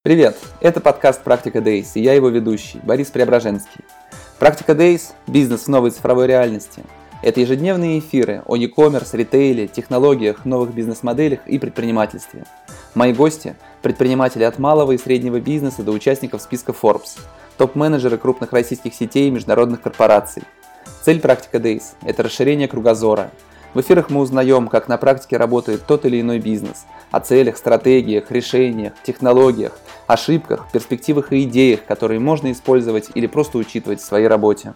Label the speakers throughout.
Speaker 1: Привет! Это подкаст «Практика Days» и я его ведущий, Борис Преображенский. «Практика Days» – бизнес в новой цифровой реальности. Это ежедневные эфиры о e-commerce, ритейле, технологиях, новых бизнес-моделях и предпринимательстве. Мои гости – предприниматели от малого и среднего бизнеса до участников списка Forbes, топ-менеджеры крупных российских сетей и международных корпораций. Цель «Практика Days» – это расширение кругозора. В эфирах мы узнаем, как на практике работает тот или иной бизнес, о целях, стратегиях, решениях, технологиях, ошибках, перспективах и идеях, которые можно использовать или просто учитывать в своей работе.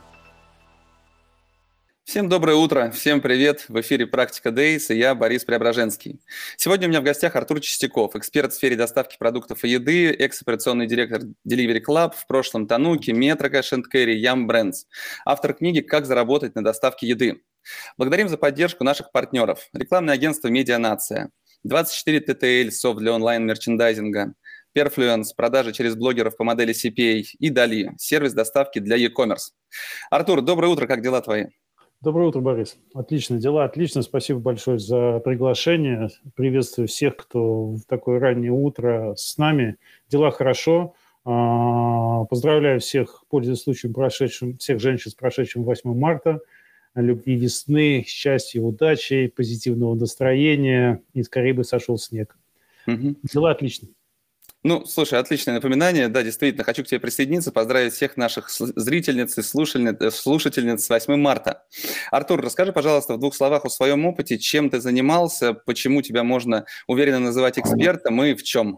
Speaker 1: Всем доброе утро, всем привет! В эфире «Практика Days» и я, Борис Преображенский. Сегодня у меня в гостях Артур Чистяков, эксперт в сфере доставки продуктов и еды, экс-операционный директор Delivery Club, в прошлом Тануки, Metro Cash & Carry, Yum Brands, автор книги «Как заработать на доставке еды». Благодарим за поддержку наших партнеров. Рекламное агентство «Медианация», 24 TTL, софт для онлайн-мерчендайзинга, Perfluence, продажи через блогеров по модели CPA и Dali, сервис доставки для e-commerce. Артур, доброе утро, как дела твои?
Speaker 2: Доброе утро, Борис. Отлично, дела отлично. Спасибо большое за приглашение. Приветствую всех, кто в такое раннее утро с нами. Дела хорошо. Поздравляю всех, пользуясь случаем всех женщин с прошедшим 8 марта. Любви, весны, счастья, удачи, позитивного настроения. И скорее бы сошел снег. Дела отлично.
Speaker 1: Ну, слушай, отличное напоминание. Да, действительно, хочу к тебе присоединиться, поздравить всех наших зрительниц и слушательниц с 8 марта. Артур, расскажи, пожалуйста, в 2 словах о своем опыте, чем ты занимался, почему тебя можно уверенно называть экспертом и в чем?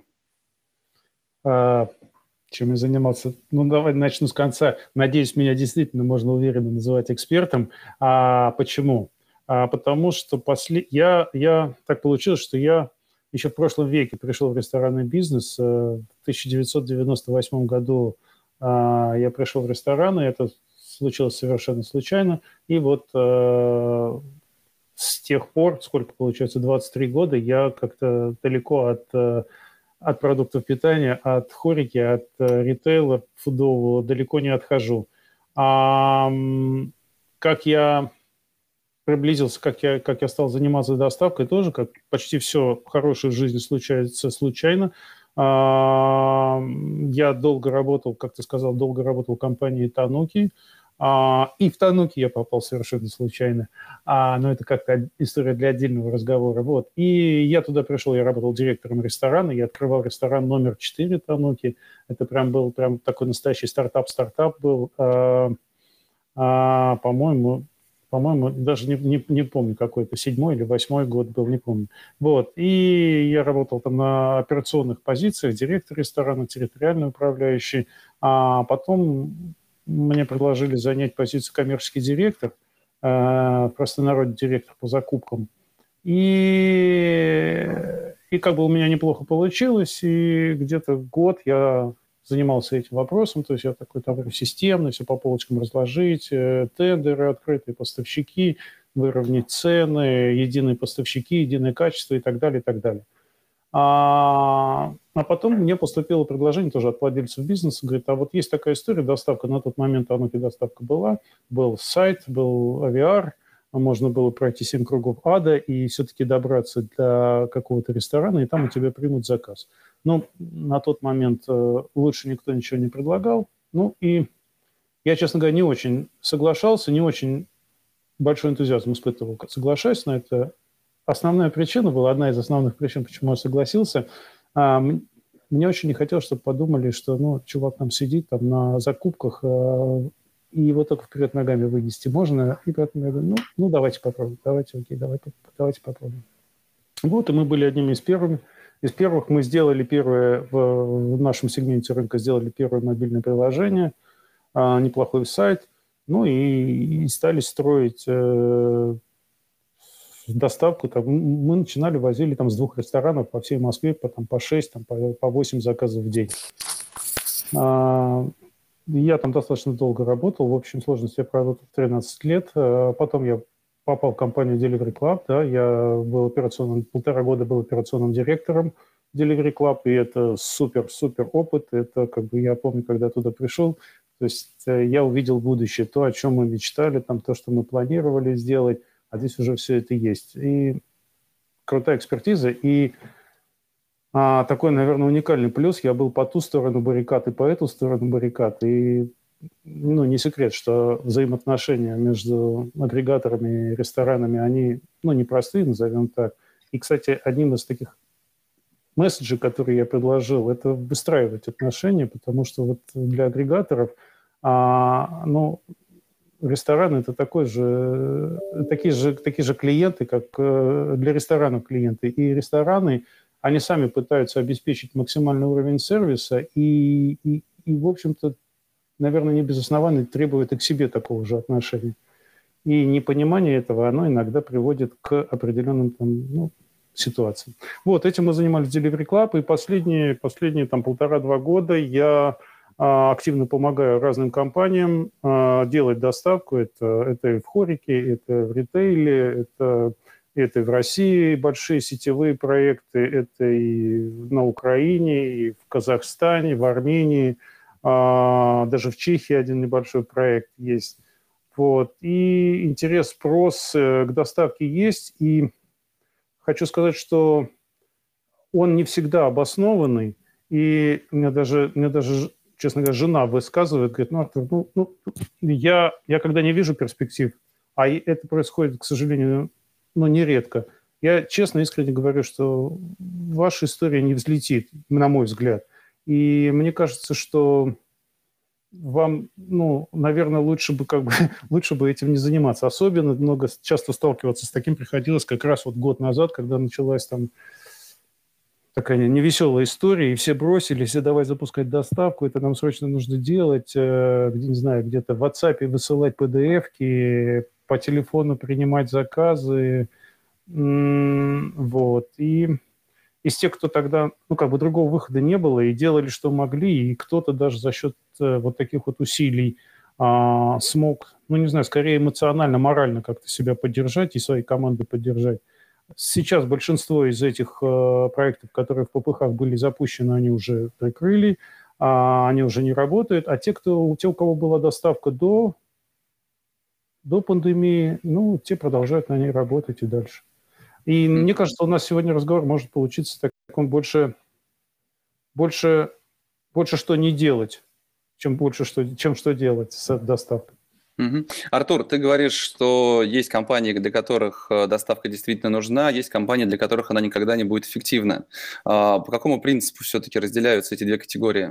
Speaker 2: Чем я занимался? Ну, давай начну с конца. Надеюсь, меня действительно можно уверенно называть экспертом. Почему? Потому что так получилось, что я еще в прошлом веке пришел в ресторанный бизнес. В 1998 году я пришел в ресторан, и это случилось совершенно случайно. И вот с тех пор, сколько получается, 23 года, я как-то далеко от продуктов питания, от хорики, от ритейла фудового далеко не отхожу. Как я приблизился, как я стал заниматься доставкой, тоже, как почти все хорошее в жизни случается случайно. Я долго работал, как ты сказал, в компании Тануки. И в Тануки я попал совершенно случайно. Но это как-то история для отдельного разговора. Вот. И я туда пришел, я работал директором ресторана, я открывал ресторан номер 4 Тануки. Это был такой настоящий стартап был. По-моему, даже не помню, какой-то 7-й или 8-й год был, не помню. Вот. И я работал там на операционных позициях, директор ресторана, территориальный управляющий. А потом мне предложили занять позицию коммерческий директор, простонародный директор по закупкам. И как бы у меня неплохо получилось, и где-то год я занимался этим вопросом, то есть я такой там системный, все по полочкам разложить, тендеры, открытые поставщики, выровнять цены, единые поставщики, единое качество и так далее, и так далее. А потом мне поступило предложение тоже от владельцев бизнеса, говорит, а вот есть такая история, доставка, на тот момент Тануки доставка была, был сайт, был AVR, можно было пройти 7 кругов ада и все-таки добраться до какого-то ресторана, и там у тебя примут заказ. Ну, на тот момент лучше никто ничего не предлагал. Ну, и я, честно говоря, не очень соглашался, не очень большой энтузиазм испытывал, соглашаясь на это. Основная причина была, одна из основных причин, почему я согласился. Мне очень не хотелось, чтобы подумали, что, ну, чувак там сидит там на закупках, и его только вперед ногами вынести можно. И поэтому я говорю, ну давайте попробуем, давайте попробуем. Вот, и мы были одними из первых. Мы сделали первое, в нашем сегменте рынка сделали первое мобильное приложение, неплохой сайт, ну и стали строить доставку. Там, мы начинали, возили там с 2 ресторанов по всей Москве по 6, там, по 8 заказов в день. Я там достаточно долго работал, в общем сложности я проработал 13 лет. Потом я попал в компанию Delivery Club, да, я был 1,5 года был операционным директором Delivery Club, и это супер опыт. Это как бы я помню, когда туда пришел, то есть я увидел будущее, то, о чем мы мечтали, там, то, что мы планировали сделать, а здесь уже все это есть. И крутая экспертиза, и такой, наверное, уникальный плюс. Я был по ту сторону баррикад и по эту сторону баррикад. И не секрет, что взаимоотношения между агрегаторами и ресторанами, они непростые, назовем так. И, кстати, одним из таких месседжей, которые я предложил, это выстраивать отношения, потому что вот для агрегаторов рестораны – это такие же клиенты, как для ресторанов клиенты. И рестораны, они сами пытаются обеспечить максимальный уровень сервиса и в общем-то, наверное, не без оснований требуют и к себе такого же отношения. И непонимание этого, оно иногда приводит к определенным ситуациям. Вот, этим мы занимались в Delivery Club, и последние 1,5-2 года я активно помогаю разным компаниям делать доставку. Это и в хорике, это в ритейле, это и в России большие сетевые проекты, это и на Украине, и в Казахстане, в Армении, даже в Чехии один небольшой проект есть. Вот. И интерес, спрос к доставке есть. И хочу сказать, что он не всегда обоснованный. И мне даже честно говоря, жена высказывает, говорит, Артур, я когда не вижу перспектив, а это происходит, к сожалению, нередко, я честно, искренне говорю, что ваша история не взлетит, на мой взгляд. И мне кажется, что вам, наверное, лучше бы этим не заниматься. Особенно часто сталкиваться с таким приходилось как раз вот год назад, когда началась такая невеселая история, и все бросились, и давай запускать доставку, это нам срочно нужно делать, не знаю, где-то в WhatsApp высылать PDF-ки, по телефону принимать заказы, вот. И из тех, кто тогда, другого выхода не было, и делали, что могли, и кто-то даже за счет вот таких вот усилий смог, скорее эмоционально, морально как-то себя поддержать и своей команды поддержать. Сейчас большинство из этих проектов, которые в ППХ были запущены, они уже прикрыли, они уже не работают. А те, у кого была доставка до пандемии, те продолжают на ней работать и дальше. И мне кажется, у нас сегодня разговор может получиться такой больше что не делать, чем что делать с доставкой.
Speaker 1: Артур, ты говоришь, что есть компании, для которых доставка действительно нужна, есть компании, для которых она никогда не будет эффективна. По какому принципу все-таки разделяются эти две категории?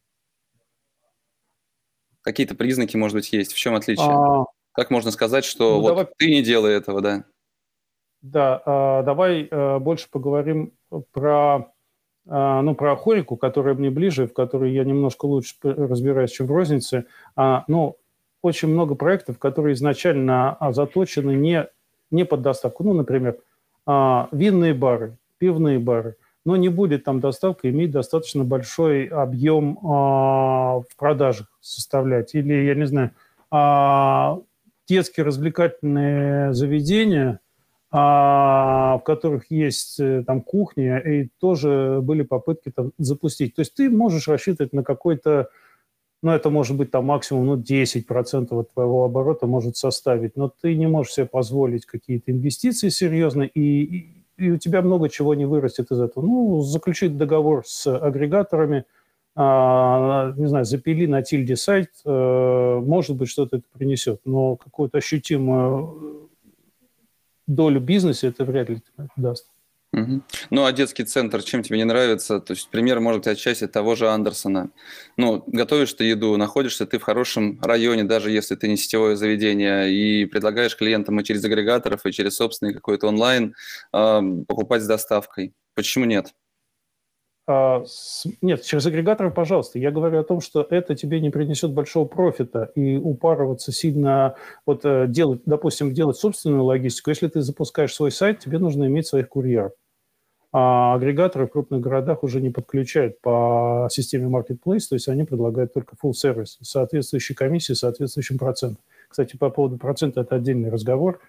Speaker 1: Какие-то признаки, может быть, есть? В чем отличие? Как можно сказать, что ты не делай этого, да?
Speaker 2: Да, давай больше поговорим про хорику, которая мне ближе, в которой я немножко лучше разбираюсь, чем в рознице. Очень много проектов, которые изначально заточены не под доставку. Например, винные бары, пивные бары. Но не будет там доставка иметь достаточно большой объем в продажах составлять. Или, я не знаю, детские развлекательные заведения, в которых есть там кухня, и тоже были попытки там запустить. То есть ты можешь рассчитывать на какой-то, это может быть там максимум 10% от твоего оборота может составить, но ты не можешь себе позволить какие-то инвестиции серьезные, и у тебя много чего не вырастет из этого. Заключить договор с агрегаторами, не знаю, запили на тильде сайт, может быть, что-то это принесет, но какую-то ощутимую долю бизнеса это вряд ли даст.
Speaker 1: А детский центр чем тебе не нравится? То есть пример может быть отчасти того же Андерсона. Готовишь ты еду, находишься ты в хорошем районе, даже если ты не сетевое заведение, и предлагаешь клиентам и через агрегаторов, и через собственный какой-то онлайн покупать с доставкой. Почему нет?
Speaker 2: Нет, через агрегаторов, пожалуйста. Я говорю о том, что это тебе не принесет большого профита, и упарываться сильно, делать собственную логистику. Если ты запускаешь свой сайт, тебе нужно иметь своих курьеров. А агрегаторы в крупных городах уже не подключают по системе Marketplace, то есть они предлагают только full сервис, соответствующей комиссии, соответствующим процентом. Кстати, по поводу процента это отдельный разговор.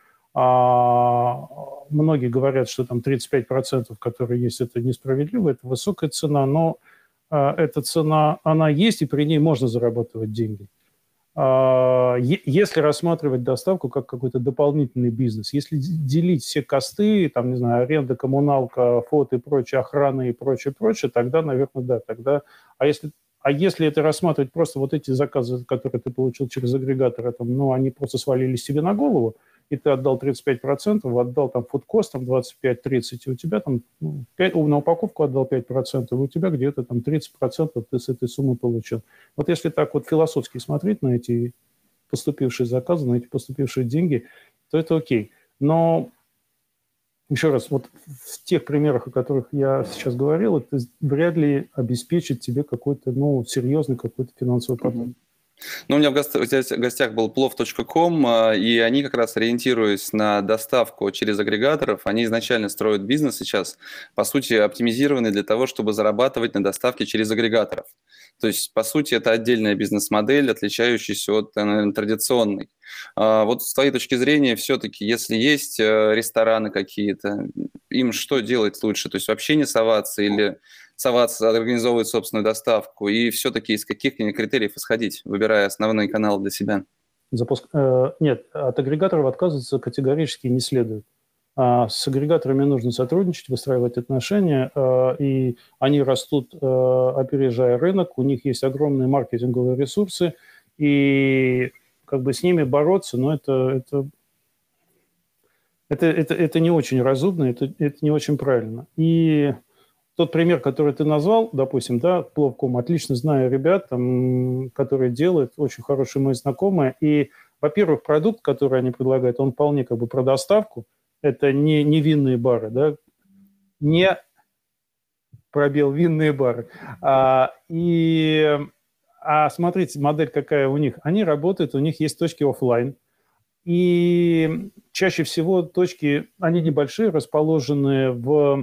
Speaker 2: Многие говорят, что там 35%, которые есть, это несправедливо, это высокая цена, но эта цена, она есть, и при ней можно зарабатывать деньги. Если рассматривать доставку как какой-то дополнительный бизнес, если делить все косты, там, не знаю, аренда, коммуналка, фото и прочее, охрана и прочее, прочее, тогда, наверное, да, тогда... А если это рассматривать просто вот эти заказы, которые ты получил через агрегатор, там, ну, они просто свалились себе на голову, и ты отдал 35%, отдал там фудкостам 25-30%, и у тебя там на упаковку отдал 5%, и у тебя где-то там 30% ты с этой суммы получил. Вот если так вот философски смотреть на эти поступившие заказы, на эти поступившие деньги, то это окей. Но еще раз, вот в тех примерах, о которых я сейчас говорил, это вряд ли обеспечит тебе какой-то, ну, серьезный какой-то финансовый поток.
Speaker 1: Ну, у меня в гостях был plov.com, и они как раз, ориентируясь на доставку через агрегаторов, они изначально строят бизнес сейчас, по сути, оптимизированный для того, чтобы зарабатывать на доставке через агрегаторов. То есть, по сути, это отдельная бизнес-модель, отличающаяся от, наверное, традиционной. Вот с твоей точки зрения, все-таки, если есть рестораны какие-то, им что делать лучше? То есть вообще не соваться или соваться, организовывать собственную доставку? И все-таки из каких критериев исходить, выбирая основной канал для себя?
Speaker 2: Нет, от агрегаторов отказываться категорически не следует. С агрегаторами нужно сотрудничать, выстраивать отношения, и они растут, опережая рынок, у них есть огромные маркетинговые ресурсы, и как бы с ними бороться, но это не очень разумно, это не очень правильно. И тот пример, который ты назвал, допустим, да, Plov.com, отлично знаю ребят, там, которые делают, очень хорошие мои знакомые, и, во-первых, продукт, который они предлагают, он вполне как бы про доставку, это не винные бары, да, не пробел винные бары. Смотрите, модель какая у них. Они работают, у них есть точки офлайн. И чаще всего точки, они небольшие, расположены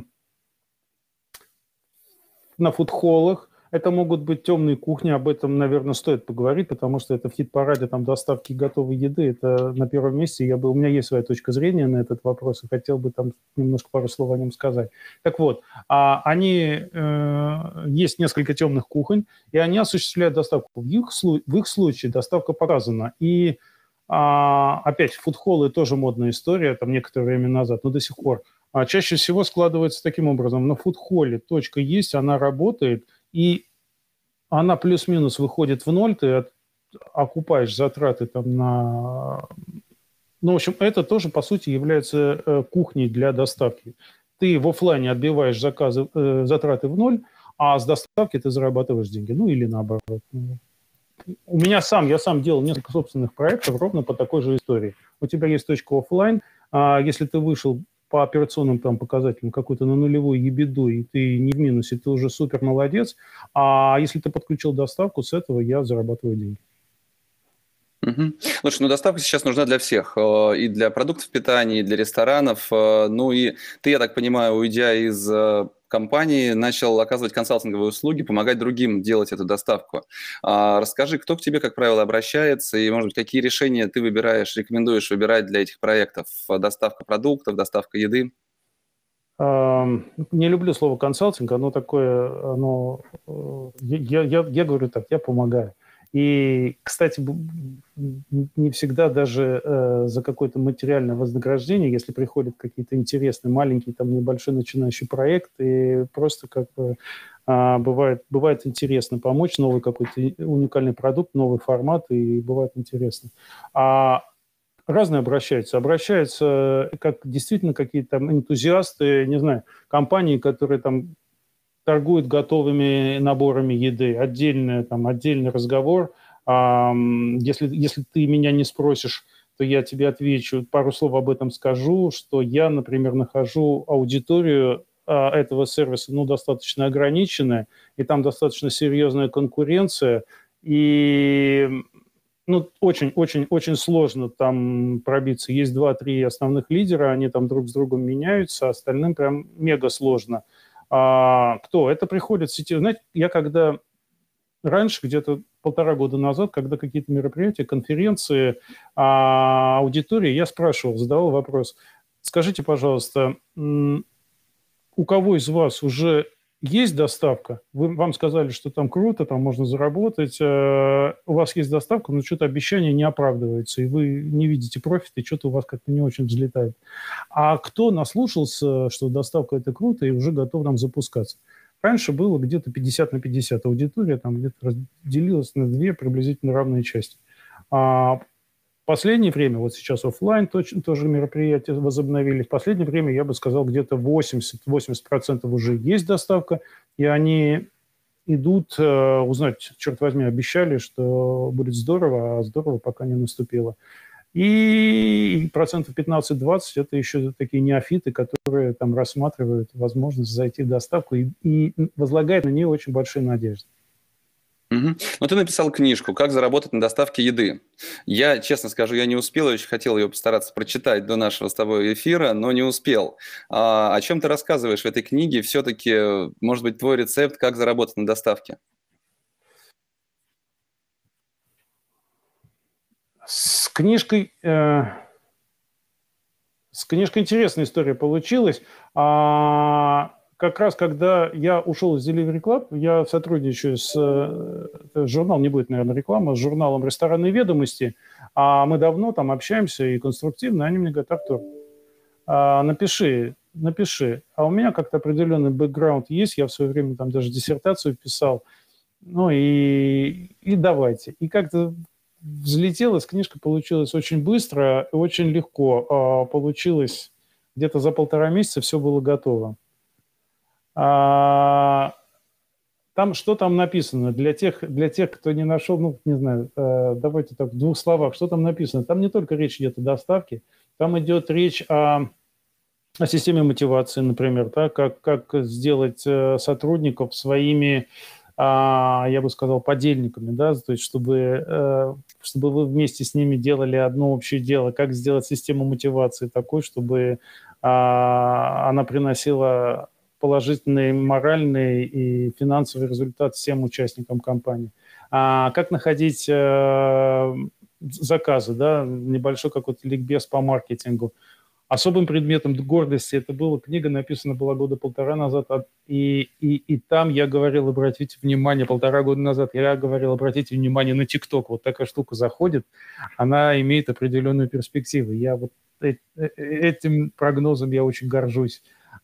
Speaker 2: на фудхоллах. Это могут быть темные кухни, об этом, наверное, стоит поговорить, потому что это в хит-параде там доставки готовой еды, это на первом месте. У меня есть своя точка зрения на этот вопрос, и хотел бы там немножко пару слов о нем сказать. Так вот, есть несколько темных кухонь, и они осуществляют доставку. В их случае доставка показана. И опять, фудхоллы тоже модная история, там некоторое время назад, но до сих пор. Чаще всего складывается таким образом. На фудхолле точка есть, она работает, и она плюс-минус выходит в ноль, ты окупаешь затраты там на... Ну, в общем, это тоже, по сути, является кухней для доставки. Ты в офлайне отбиваешь затраты в ноль, а с доставки ты зарабатываешь деньги. Ну, или наоборот. Я сам делал несколько собственных проектов ровно по такой же истории. У тебя есть точка офлайн, если ты вышел по операционным там показателям какой-то на нулевую ебеду, и ты не в минусе, ты уже супер молодец. А если ты подключил доставку, с этого я зарабатываю деньги.
Speaker 1: Угу. Слушай, ну доставка сейчас нужна для всех, и для продуктов питания, и для ресторанов. Ну и ты, я так понимаю, уйдя из компании, начал оказывать консалтинговые услуги, помогать другим делать эту доставку. Расскажи, кто к тебе, как правило, обращается, и, может быть, какие решения ты рекомендуешь выбирать для этих проектов? Доставка продуктов, доставка еды?
Speaker 2: Не люблю слово консалтинг, оно такое, я говорю так, я помогаю. И, кстати, не всегда даже за какое-то материальное вознаграждение, если приходят какие-то интересные, маленькие, там, небольшой начинающий проект, и просто как бы бывает интересно помочь, новый какой-то уникальный продукт, новый формат, и бывает интересно. Разные обращаются как действительно какие-то там энтузиасты, не знаю, компании, которые там торгуют готовыми наборами еды. Отдельный разговор. Если ты меня не спросишь, то я тебе отвечу, пару слов об этом скажу, что я, например, нахожу аудиторию этого сервиса достаточно ограниченная, и там достаточно серьезная конкуренция, и очень сложно там пробиться. Есть 2-3 основных лидера, они там друг с другом меняются, остальным прям мега сложно. Кто? Это приходит в сети. Знаете, я когда раньше, где-то 1,5 года назад, когда какие-то мероприятия, конференции, аудитории, я задавал вопрос. Скажите, пожалуйста, у кого из вас уже Есть доставка. Вам сказали, что там круто, там можно заработать. У вас есть доставка, но что-то обещание не оправдывается, и вы не видите профит, и что-то у вас как-то не очень взлетает. А кто наслушался, что доставка – это круто, и уже готов нам запускаться? Раньше было где-то 50 на 50. Аудитория там где-то разделилась на две приблизительно равные части. А последнее время, вот сейчас офлайн тоже мероприятия возобновили. В последнее время, я бы сказал, где-то 80% уже есть доставка, и они идут узнать, черт возьми, обещали, что будет здорово, а здорово пока не наступило. И процентов 15-20 это еще такие неофиты, которые там рассматривают возможность зайти в доставку и возлагают на нее очень большие надежды.
Speaker 1: Мгм. Ну, ты написал книжку «Как заработать на доставке еды». Я, честно скажу, я не успел, я очень хотел ее постараться прочитать до нашего с тобой эфира, но не успел. О чем ты рассказываешь в этой книге? Все-таки, может быть, твой рецепт, как заработать на доставке?
Speaker 2: С книжкой, с книжкой интересная история получилась. Как раз когда я ушел из Delivery Club, я сотрудничаю с журналом, не будет, наверное, реклама, с журналом «Ресторанные ведомости». А мы давно там общаемся и конструктивно. Они мне говорят: Артур, напиши. А у меня как-то определенный бэкграунд есть. Я в свое время там даже диссертацию писал. Ну и давайте. И как-то взлетелась книжка, получилась очень быстро, очень легко. Получилось где-то за 1,5 месяца, все было готово. Там что там написано? Для тех, кто не нашел, ну, не знаю, давайте так в 2 словах, что там написано? Там не только речь идет о доставке, там идет речь о системе мотивации, например, да, как сделать сотрудников своими, я бы сказал, подельниками, да, то есть чтобы вы вместе с ними делали одно общее дело, как сделать систему мотивации такой, чтобы она приносила положительный моральный и финансовый результат всем участникам компании. Как находить заказы, да, небольшой какой-то ликбез по маркетингу. Особым предметом гордости это была книга, написана была года 1,5 назад, и там я говорил, обратите внимание, 1,5 года назад я говорил, обратите внимание на ТикТок. Вот такая штука заходит, она имеет определенную перспективу. Я вот этим прогнозом я очень горжусь.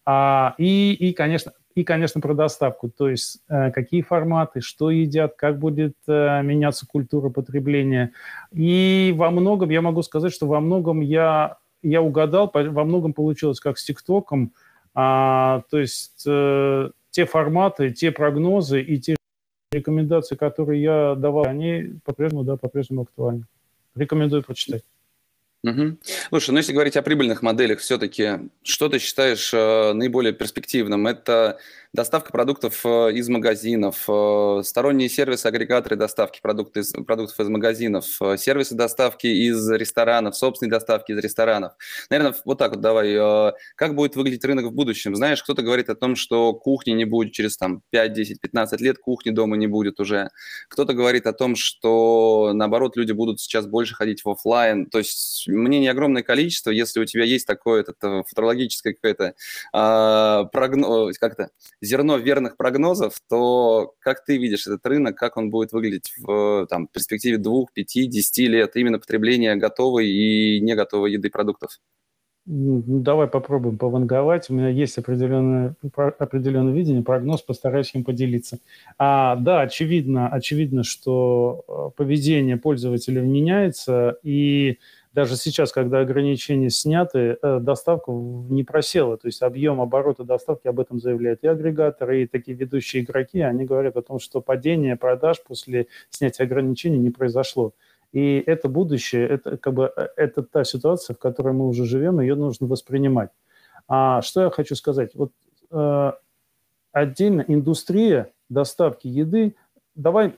Speaker 2: Конечно, про доставку, то есть какие форматы, что едят, как будет меняться культура потребления. И во многом, я могу сказать, что во многом я угадал, во многом получилось как с ТикТоком. То есть те форматы, те прогнозы и те рекомендации, которые я давал, они по-прежнему актуальны. Рекомендую прочитать.
Speaker 1: Угу. Слушай, ну если говорить о прибыльных моделях, все-таки что ты считаешь наиболее перспективным? Это доставка продуктов из магазинов, сторонние сервисы, агрегаторы доставки продуктов из магазинов, сервисы доставки из ресторанов, собственные доставки из ресторанов. Наверное, вот так вот давай. Как будет выглядеть рынок в будущем? Знаешь, кто-то говорит о том, что кухни не будет через там, 5, 10, 15 лет, кухни дома не будет уже. Кто-то говорит о том, что, наоборот, люди будут сейчас больше ходить в офлайн. То есть мнений огромное количество. Если у тебя есть такое футурологическое какое-то как-то зерно верных прогнозов, то как ты видишь этот рынок, как он будет выглядеть в перспективе 2, 5, 10 лет именно потребления готовой и не готовой еды продуктов?
Speaker 2: Давай попробуем пованговать. У меня есть определенное видение, прогноз, постараюсь им поделиться. Да, очевидно, что поведение пользователя меняется, и даже сейчас, когда ограничения сняты, доставка не просела, то есть объем оборота доставки, об этом заявляют и агрегаторы, и такие ведущие игроки, они говорят о том, что падение продаж после снятия ограничений не произошло. И это будущее, это та ситуация, в которой мы уже живем, ее нужно воспринимать. Что я хочу сказать? Вот отдельно индустрия доставки еды. Давай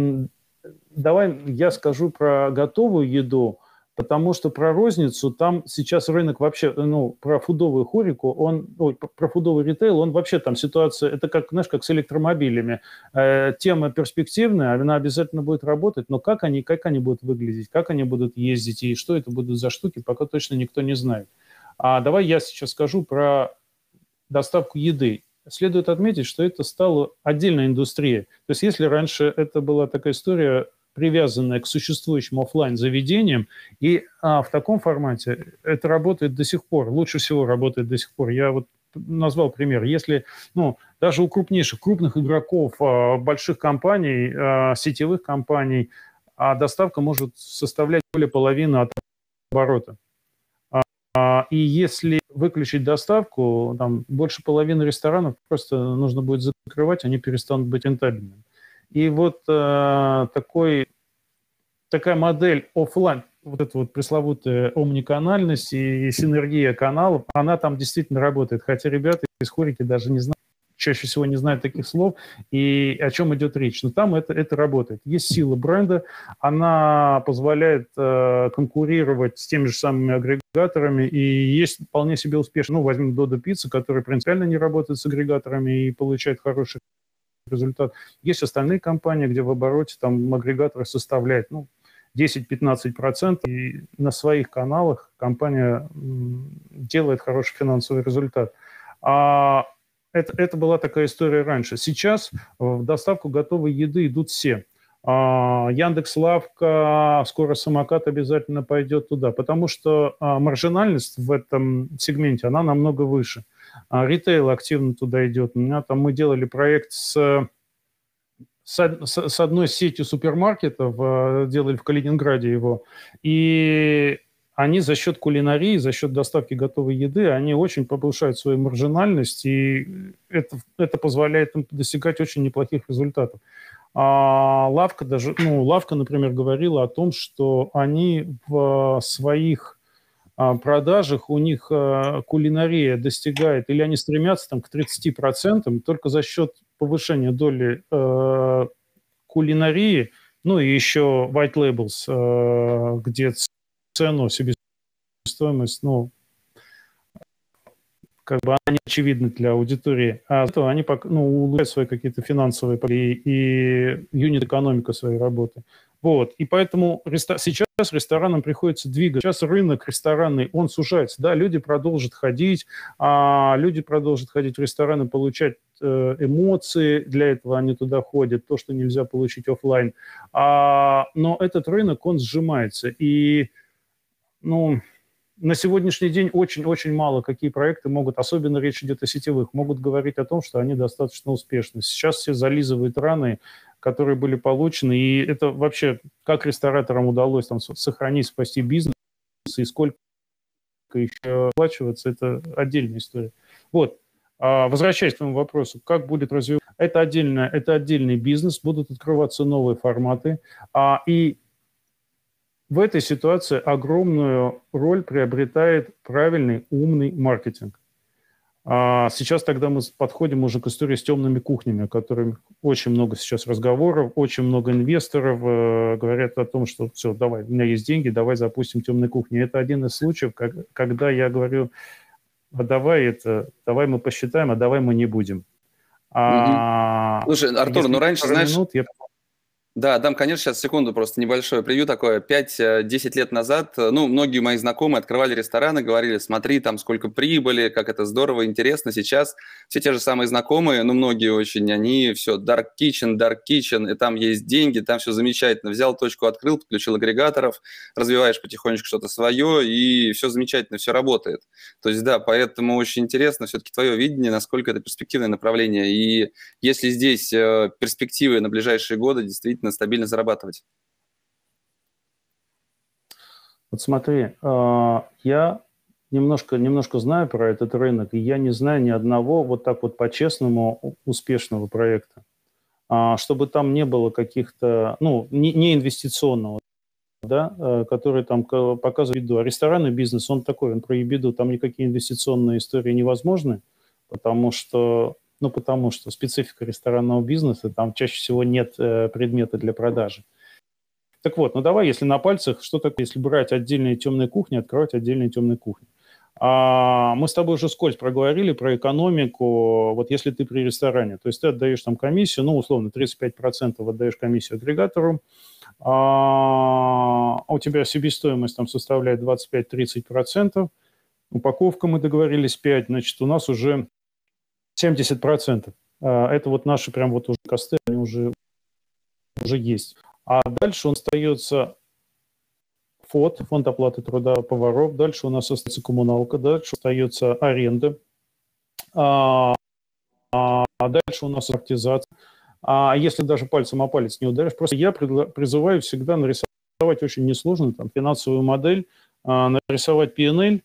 Speaker 2: я скажу про готовую еду, потому что про розницу там сейчас рынок вообще, про фудовую хорику, про фудовый ритейл, он вообще там ситуация, это как, знаешь, как с электромобилями. Тема перспективная, она обязательно будет работать, но как они будут выглядеть, как они будут ездить и что это будут за штуки, пока точно никто не знает. Давай я сейчас скажу про доставку еды. следует отметить, что это стало отдельной индустрией. То есть если раньше это была такая история, привязанная к существующим офлайн-заведениям, и в таком формате это работает до сих пор, лучше всего работает до сих пор. Я вот назвал пример. Если, даже у крупнейших, крупных игроков, больших компаний, сетевых компаний, доставка может составлять более половины от оборота. И если выключить доставку, там больше половины ресторанов просто нужно будет закрывать, они перестанут быть рентабельными. И вот такая модель офлайн, вот эта вот пресловутая омниканальность и синергия каналов, она там действительно работает. Хотя ребята из Хорики даже не знают, чаще всего не знают таких слов и о чем идет речь. Но там это работает. Есть сила бренда, она позволяет конкурировать с теми же самыми агрегаторами, и есть вполне себе успешно. Возьмем Додо Пицца, который принципиально не работает с агрегаторами и получает хороший результат. Есть остальные компании, где в обороте там агрегаторы составляют 10-15%, и на своих каналах компания делает хороший финансовый результат. Это была такая история раньше. Сейчас в доставку готовой еды идут все. Яндекс.Лавка, скоро самокат обязательно пойдет туда, потому что маржинальность в этом сегменте, она намного выше. Ритейл активно туда идет. Мы делали проект с одной сетью супермаркетов, делали в Калининграде его, и они за счет кулинарии, за счет доставки готовой еды, они очень повышают свою маржинальность, и это позволяет им достигать очень неплохих результатов. Лавка, например, говорила о том, что они в своих продажах, у них кулинария достигает, или они стремятся к 30%, только за счет повышения доли кулинарии, и еще white labels, где цену, себестоимость, они очевидны для аудитории, то они улучшают свои какие-то финансовые и юнит-экономику своей работы. И поэтому сейчас ресторанам приходится двигать. Сейчас рынок ресторанный, он сужается. Да, люди продолжат ходить в рестораны, получать эмоции, для этого они туда ходят, то, что нельзя получить офлайн. Но этот рынок, он сжимается. И, на сегодняшний день очень-очень мало какие проекты могут, особенно речь идет о сетевых, могут говорить о том, что они достаточно успешны. Сейчас все зализывают раны, которые были получены, и это вообще, как рестораторам удалось сохранить, спасти бизнес, и сколько еще оплачиваться, это отдельная история. Возвращаясь к твоему вопросу, как будет развиваться? Это отдельный бизнес, будут открываться новые форматы, и в этой ситуации огромную роль приобретает правильный, умный маркетинг. Сейчас тогда мы подходим уже к истории с темными кухнями, о которых очень много сейчас разговоров, очень много инвесторов говорят о том, что все, давай, у меня есть деньги, давай запустим темные кухни. Это один из случаев, когда я говорю, давай мы посчитаем, давай мы не будем.
Speaker 1: Слушай, Артур, раньше, знаешь... Да, дам, конечно, сейчас секунду, просто небольшое превью такое. 5-10 лет назад, многие мои знакомые открывали рестораны, говорили, смотри, там сколько прибыли, как это здорово, интересно. Сейчас все те же самые знакомые, многие очень, они все dark kitchen, и там есть деньги, там все замечательно. Взял точку, открыл, подключил агрегаторов, развиваешь потихонечку что-то свое, и все замечательно, все работает. То есть, да, поэтому очень интересно все-таки твое видение, насколько это перспективное направление. И если здесь перспективы на ближайшие годы действительно стабильно зарабатывать.
Speaker 2: Смотри, я немножко знаю про этот рынок, и я не знаю ни одного по-честному успешного проекта. Чтобы там не было каких-то, не инвестиционного, да, который там показывает еду. А ресторанный бизнес, он такой, он про еду, там никакие инвестиционные истории невозможны, потому что специфика ресторанного бизнеса, там чаще всего нет предмета для продажи. Так вот, давай, если на пальцах, что такое, если брать отдельные темные кухни, открывать отдельные темные кухни. Мы с тобой уже вскользь проговорили про экономику, если ты при ресторане, то есть ты отдаешь там комиссию, условно, 35% отдаешь комиссию агрегатору, у тебя себестоимость там составляет 25-30%, упаковка, мы договорились, 5%, значит, у нас уже 70%. Это вот наши прям вот уже косты, они уже есть. А дальше он остается фонд оплаты труда поваров, дальше у нас остается коммуналка, дальше остается аренда, а дальше у нас амортизация. А если даже пальцем о палец не ударишь, просто я призываю всегда нарисовать очень несложную там, финансовую модель, нарисовать P&L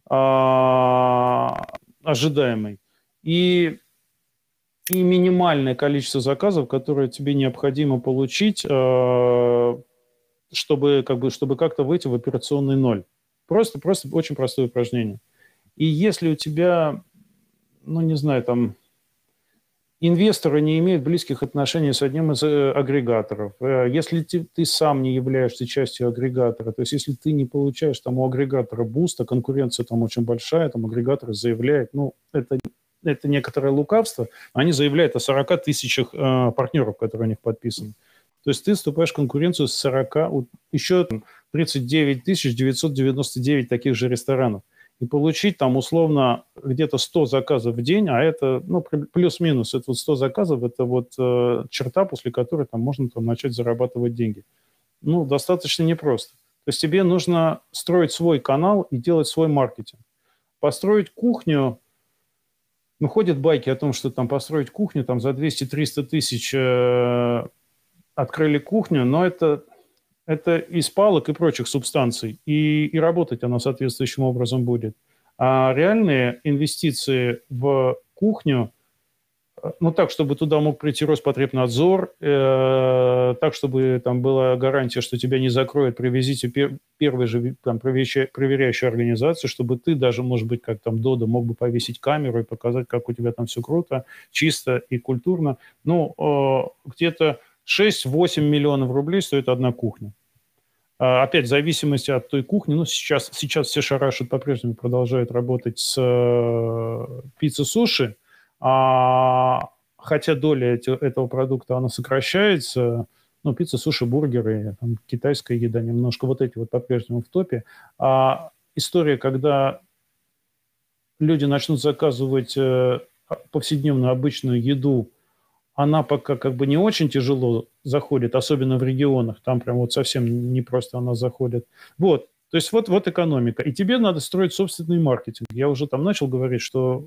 Speaker 2: ожидаемый и минимальное количество заказов, которые тебе необходимо получить, чтобы как-то выйти в операционный ноль. Просто очень простое упражнение. И если у тебя, не знаю, там, инвесторы не имеют близких отношений с одним из агрегаторов, если ты сам не являешься частью агрегатора, то есть если ты не получаешь там у агрегатора буста, конкуренция там очень большая, там агрегаторы заявляют, это некоторое лукавство, они заявляют о 40 тысячах партнеров, которые у них подписаны. То есть ты вступаешь в конкуренцию с 40, еще 39 999 таких же ресторанов. И получить там условно где-то 100 заказов в день, а это, плюс-минус, это вот 100 заказов, это вот черта, после которой там можно там начать зарабатывать деньги. Достаточно непросто. То есть тебе нужно строить свой канал и делать свой маркетинг. Построить кухню, ходят байки о том, что там построить кухню там за 200-300 тысяч открыли кухню, но это из палок и прочих субстанций, и работать она соответствующим образом будет. А реальные инвестиции в кухню, так, чтобы туда мог прийти Роспотребнадзор, так, чтобы там была гарантия, что тебя не закроют, привезите первой же там, проверяющую организацию, чтобы ты даже, может быть, как там Додо, мог бы повесить камеру и показать, как у тебя там все круто, чисто и культурно. Где-то 6-8 миллионов рублей стоит одна кухня. Опять в зависимости от той кухни. Сейчас все шарашат по-прежнему продолжают работать с пиццей-суши, хотя доля этого продукта, она сокращается. Пицца, суши, бургеры, там, китайская еда немножко. Вот эти вот по-прежнему в топе. История, когда люди начнут заказывать повседневную обычную еду, она пока не очень тяжело заходит, особенно в регионах. Там прям вот совсем непросто она заходит. Вот. То есть вот экономика. И тебе надо строить собственный маркетинг. Я уже там начал говорить, что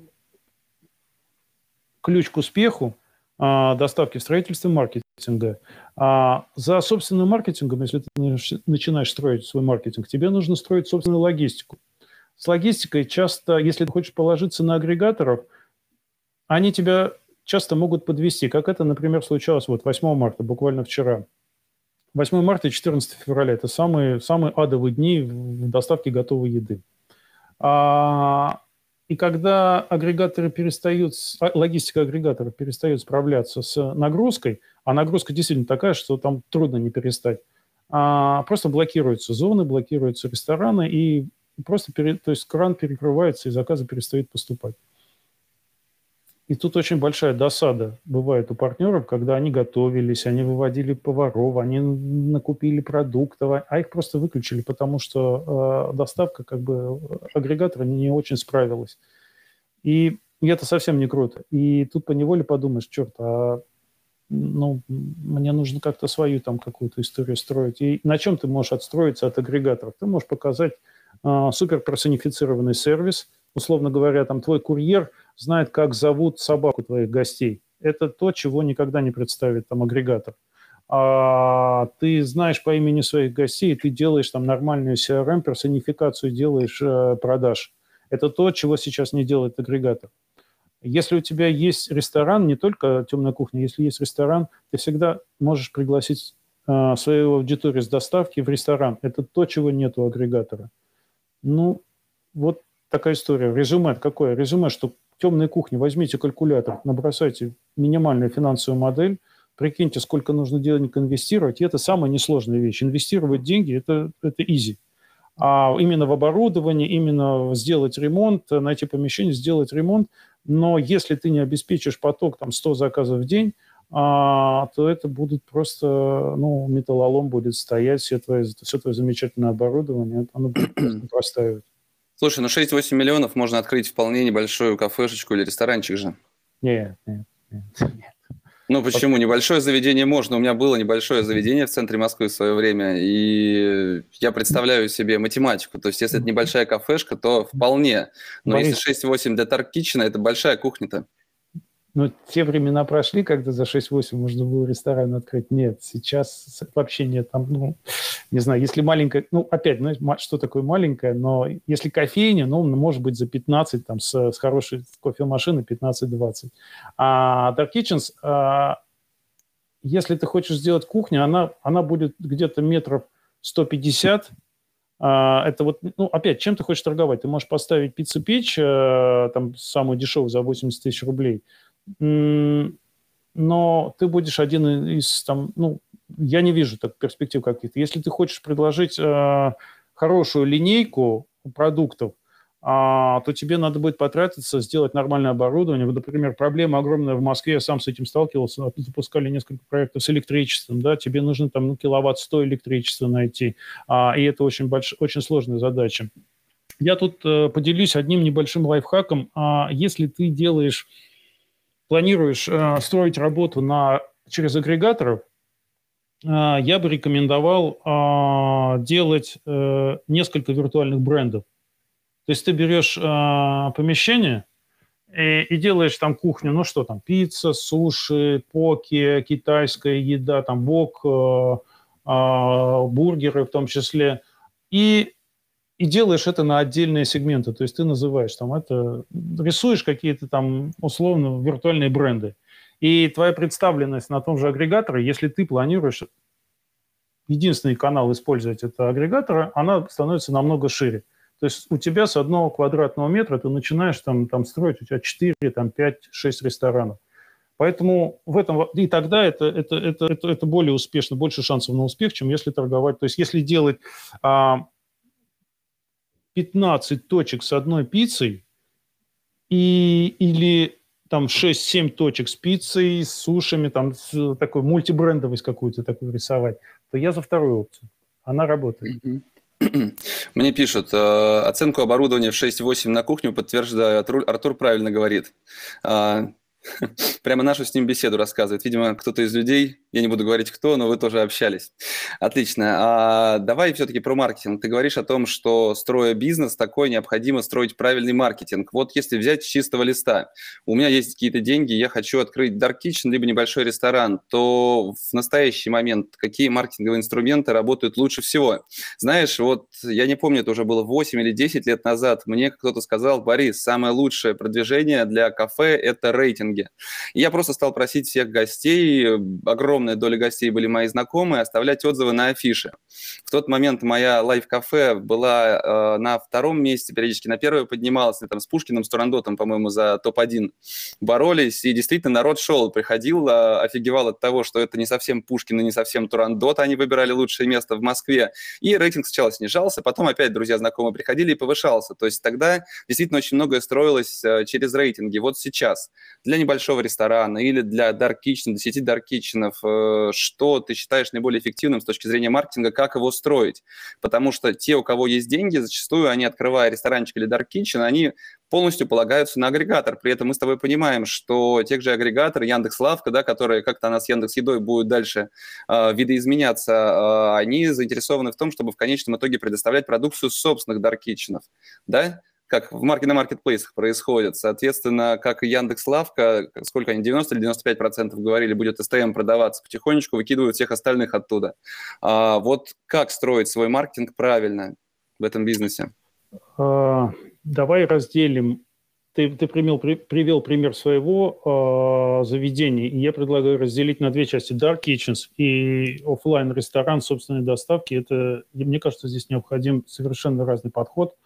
Speaker 2: ключ к успеху доставки в строительстве маркетинга. За собственным маркетингом, если ты начинаешь строить свой маркетинг, тебе нужно строить собственную логистику. С логистикой часто, если ты хочешь положиться на агрегаторов, они тебя часто могут подвести, как это, например, случалось 8 марта, буквально вчера. 8 марта и 14 февраля – это самые адовые дни в доставке готовой еды. И когда логистика агрегаторов перестает справляться с нагрузкой, а нагрузка действительно такая, что там трудно не перестать, просто блокируются зоны, блокируются рестораны, и просто то есть кран перекрывается, и заказы перестают поступать. И тут очень большая досада бывает у партнеров, когда они готовились, они выводили поваров, они накупили продуктов, а их просто выключили, потому что доставка, агрегатора не очень справилась. И это совсем не круто. И тут поневоле подумаешь, черт, мне нужно как-то свою там какую-то историю строить. И на чем ты можешь отстроиться от агрегаторов? Ты можешь показать суперперсонифицированный сервис. Условно говоря, там твой курьер знает, как зовут собаку твоих гостей. Это то, чего никогда не представит там агрегатор. Ты знаешь по имени своих гостей, ты делаешь там нормальную CRM, персонификацию делаешь продаж. Это то, чего сейчас не делает агрегатор. Если у тебя есть ресторан, не только темная кухня, если есть ресторан, ты всегда можешь пригласить свою аудиторию с доставки в ресторан. Это то, чего нет у агрегатора. Вот такая история. Резюме какое? Резюме, что темная кухня, возьмите калькулятор, набросайте минимальную финансовую модель, прикиньте, сколько нужно денег инвестировать, и это самая несложная вещь. Инвестировать деньги – это easy. А именно в оборудование, именно сделать ремонт, найти помещение, сделать ремонт. Но если ты не обеспечишь поток 100 заказов в день, то это будет просто, металлолом будет стоять, все твое замечательное оборудование, оно будет просто простаивать.
Speaker 1: Слушай, 6-8 миллионов можно открыть вполне небольшую кафешечку или ресторанчик же.
Speaker 2: Нет, нет, нет, нет.
Speaker 1: Ну, почему? Небольшое заведение можно. У меня было небольшое заведение в центре Москвы в свое время, и я представляю себе математику. То есть, если это небольшая кафешка, то вполне. Но
Speaker 2: Борис,
Speaker 1: если 6-8 для Dark Kitchen, это большая кухня-то.
Speaker 2: но те времена прошли, когда за 6-8 можно было ресторан открыть. Нет, сейчас вообще нет. Там, ну, не знаю, если маленькая, ну, опять, ну, что такое маленькая, но если кофейня, ну, может быть, за 15, там, с хорошей кофемашиной 15-20. А Dark Kitchens, если ты хочешь сделать кухню, она будет где-то метров 150. Это вот, ну, опять, чем ты хочешь торговать? Ты можешь поставить пиццу-печь, там, самую дешевую за 80 тысяч рублей, но ты будешь один из, там, ну, я не вижу так перспектив каких-то. Если ты хочешь предложить хорошую линейку продуктов, то тебе надо будет потратиться, сделать нормальное оборудование. Вот, например, проблема огромная в Москве, я сам с этим сталкивался, запускали несколько проектов с электричеством, да, тебе нужно там, ну, киловатт 100 электричества найти, и это очень сложная задача. Я тут поделюсь одним небольшим лайфхаком. Если ты планируешь строить работу через агрегаторов, я бы рекомендовал делать несколько виртуальных брендов. То есть ты берешь помещение и делаешь там кухню, ну что там, пицца, суши, поки, китайская еда, там вок, бургеры в том числе, и делаешь это на отдельные сегменты. То есть ты называешь там это, рисуешь какие-то там условно виртуальные бренды. И твоя представленность на том же агрегаторе, если ты планируешь единственный канал использовать это агрегатора, она становится намного шире. То есть у тебя с 1 квадратного метра ты начинаешь там строить, у тебя 4, там, 5, 6 ресторанов. Поэтому в этом, и тогда это более успешно, больше шансов на успех, чем если торговать. То есть если делать 15 точек с одной пиццей или там 6-7 точек с пиццей, с сушами, там с такой мультибрендовость какую-то такую рисовать, то я за вторую опцию. Она работает.
Speaker 1: Мне пишут, оценку оборудования в 6-8 на кухню подтверждаю. Артур правильно говорит. Прямо нашу с ним беседу рассказывает. Видимо, кто-то из людей, я не буду говорить кто, но вы тоже общались. Отлично. Давай все-таки про маркетинг. Ты говоришь о том, что, строя бизнес такой, необходимо строить правильный маркетинг. Вот если взять с чистого листа, у меня есть какие-то деньги, я хочу открыть Dark Kitchen, либо небольшой ресторан, то в настоящий момент какие маркетинговые инструменты работают лучше всего? Знаешь, вот я не помню, это уже было 8 или 10 лет назад, мне кто-то сказал: Борис, самое лучшее продвижение для кафе – это рейтинги. И я просто стал просить всех гостей, огромная доля гостей были мои знакомые, оставлять отзывы на афише. В тот момент моя лайв-кафе была на 2-м месте, периодически на 1-е поднималась, там с Пушкиным, с Турандотом, по-моему, за топ-1 боролись, и действительно народ шел, приходил, офигевал от того, что это не совсем Пушкин и не совсем Турандот, они выбирали лучшее место в Москве, и рейтинг сначала снижался, потом опять друзья, знакомые приходили и повышался. То есть тогда действительно очень многое строилось через рейтинги. Вот сейчас для небольшого ресторана или для Dark Kitchen, для сети Dark Kitchen, что ты считаешь наиболее эффективным с точки зрения маркетинга, как его строить? Потому что те, у кого есть деньги, зачастую они, открывая ресторанчик или Dark Kitchen, они полностью полагаются на агрегатор. При этом мы с тобой понимаем, что тех же агрегаторы, Яндекс.Лавка, да, которые как-то она с Яндекс.Едой будут дальше видоизменяться, они заинтересованы в том, чтобы в конечном итоге предоставлять продукцию собственных Dark Kitchen'ов, да? Как на маркетплейсах происходит. Соответственно, как и Яндекс.Лавка, сколько они, 90 или 95% говорили, будет СТМ продаваться, потихонечку выкидывают всех остальных оттуда. Вот как строить свой маркетинг правильно в этом бизнесе?
Speaker 2: Давай разделим. Ты привел пример своего заведения, и я предлагаю разделить на 2 части. Dark Kitchens и офлайн ресторан собственной доставки. Это, мне кажется, здесь необходим совершенно разный подход.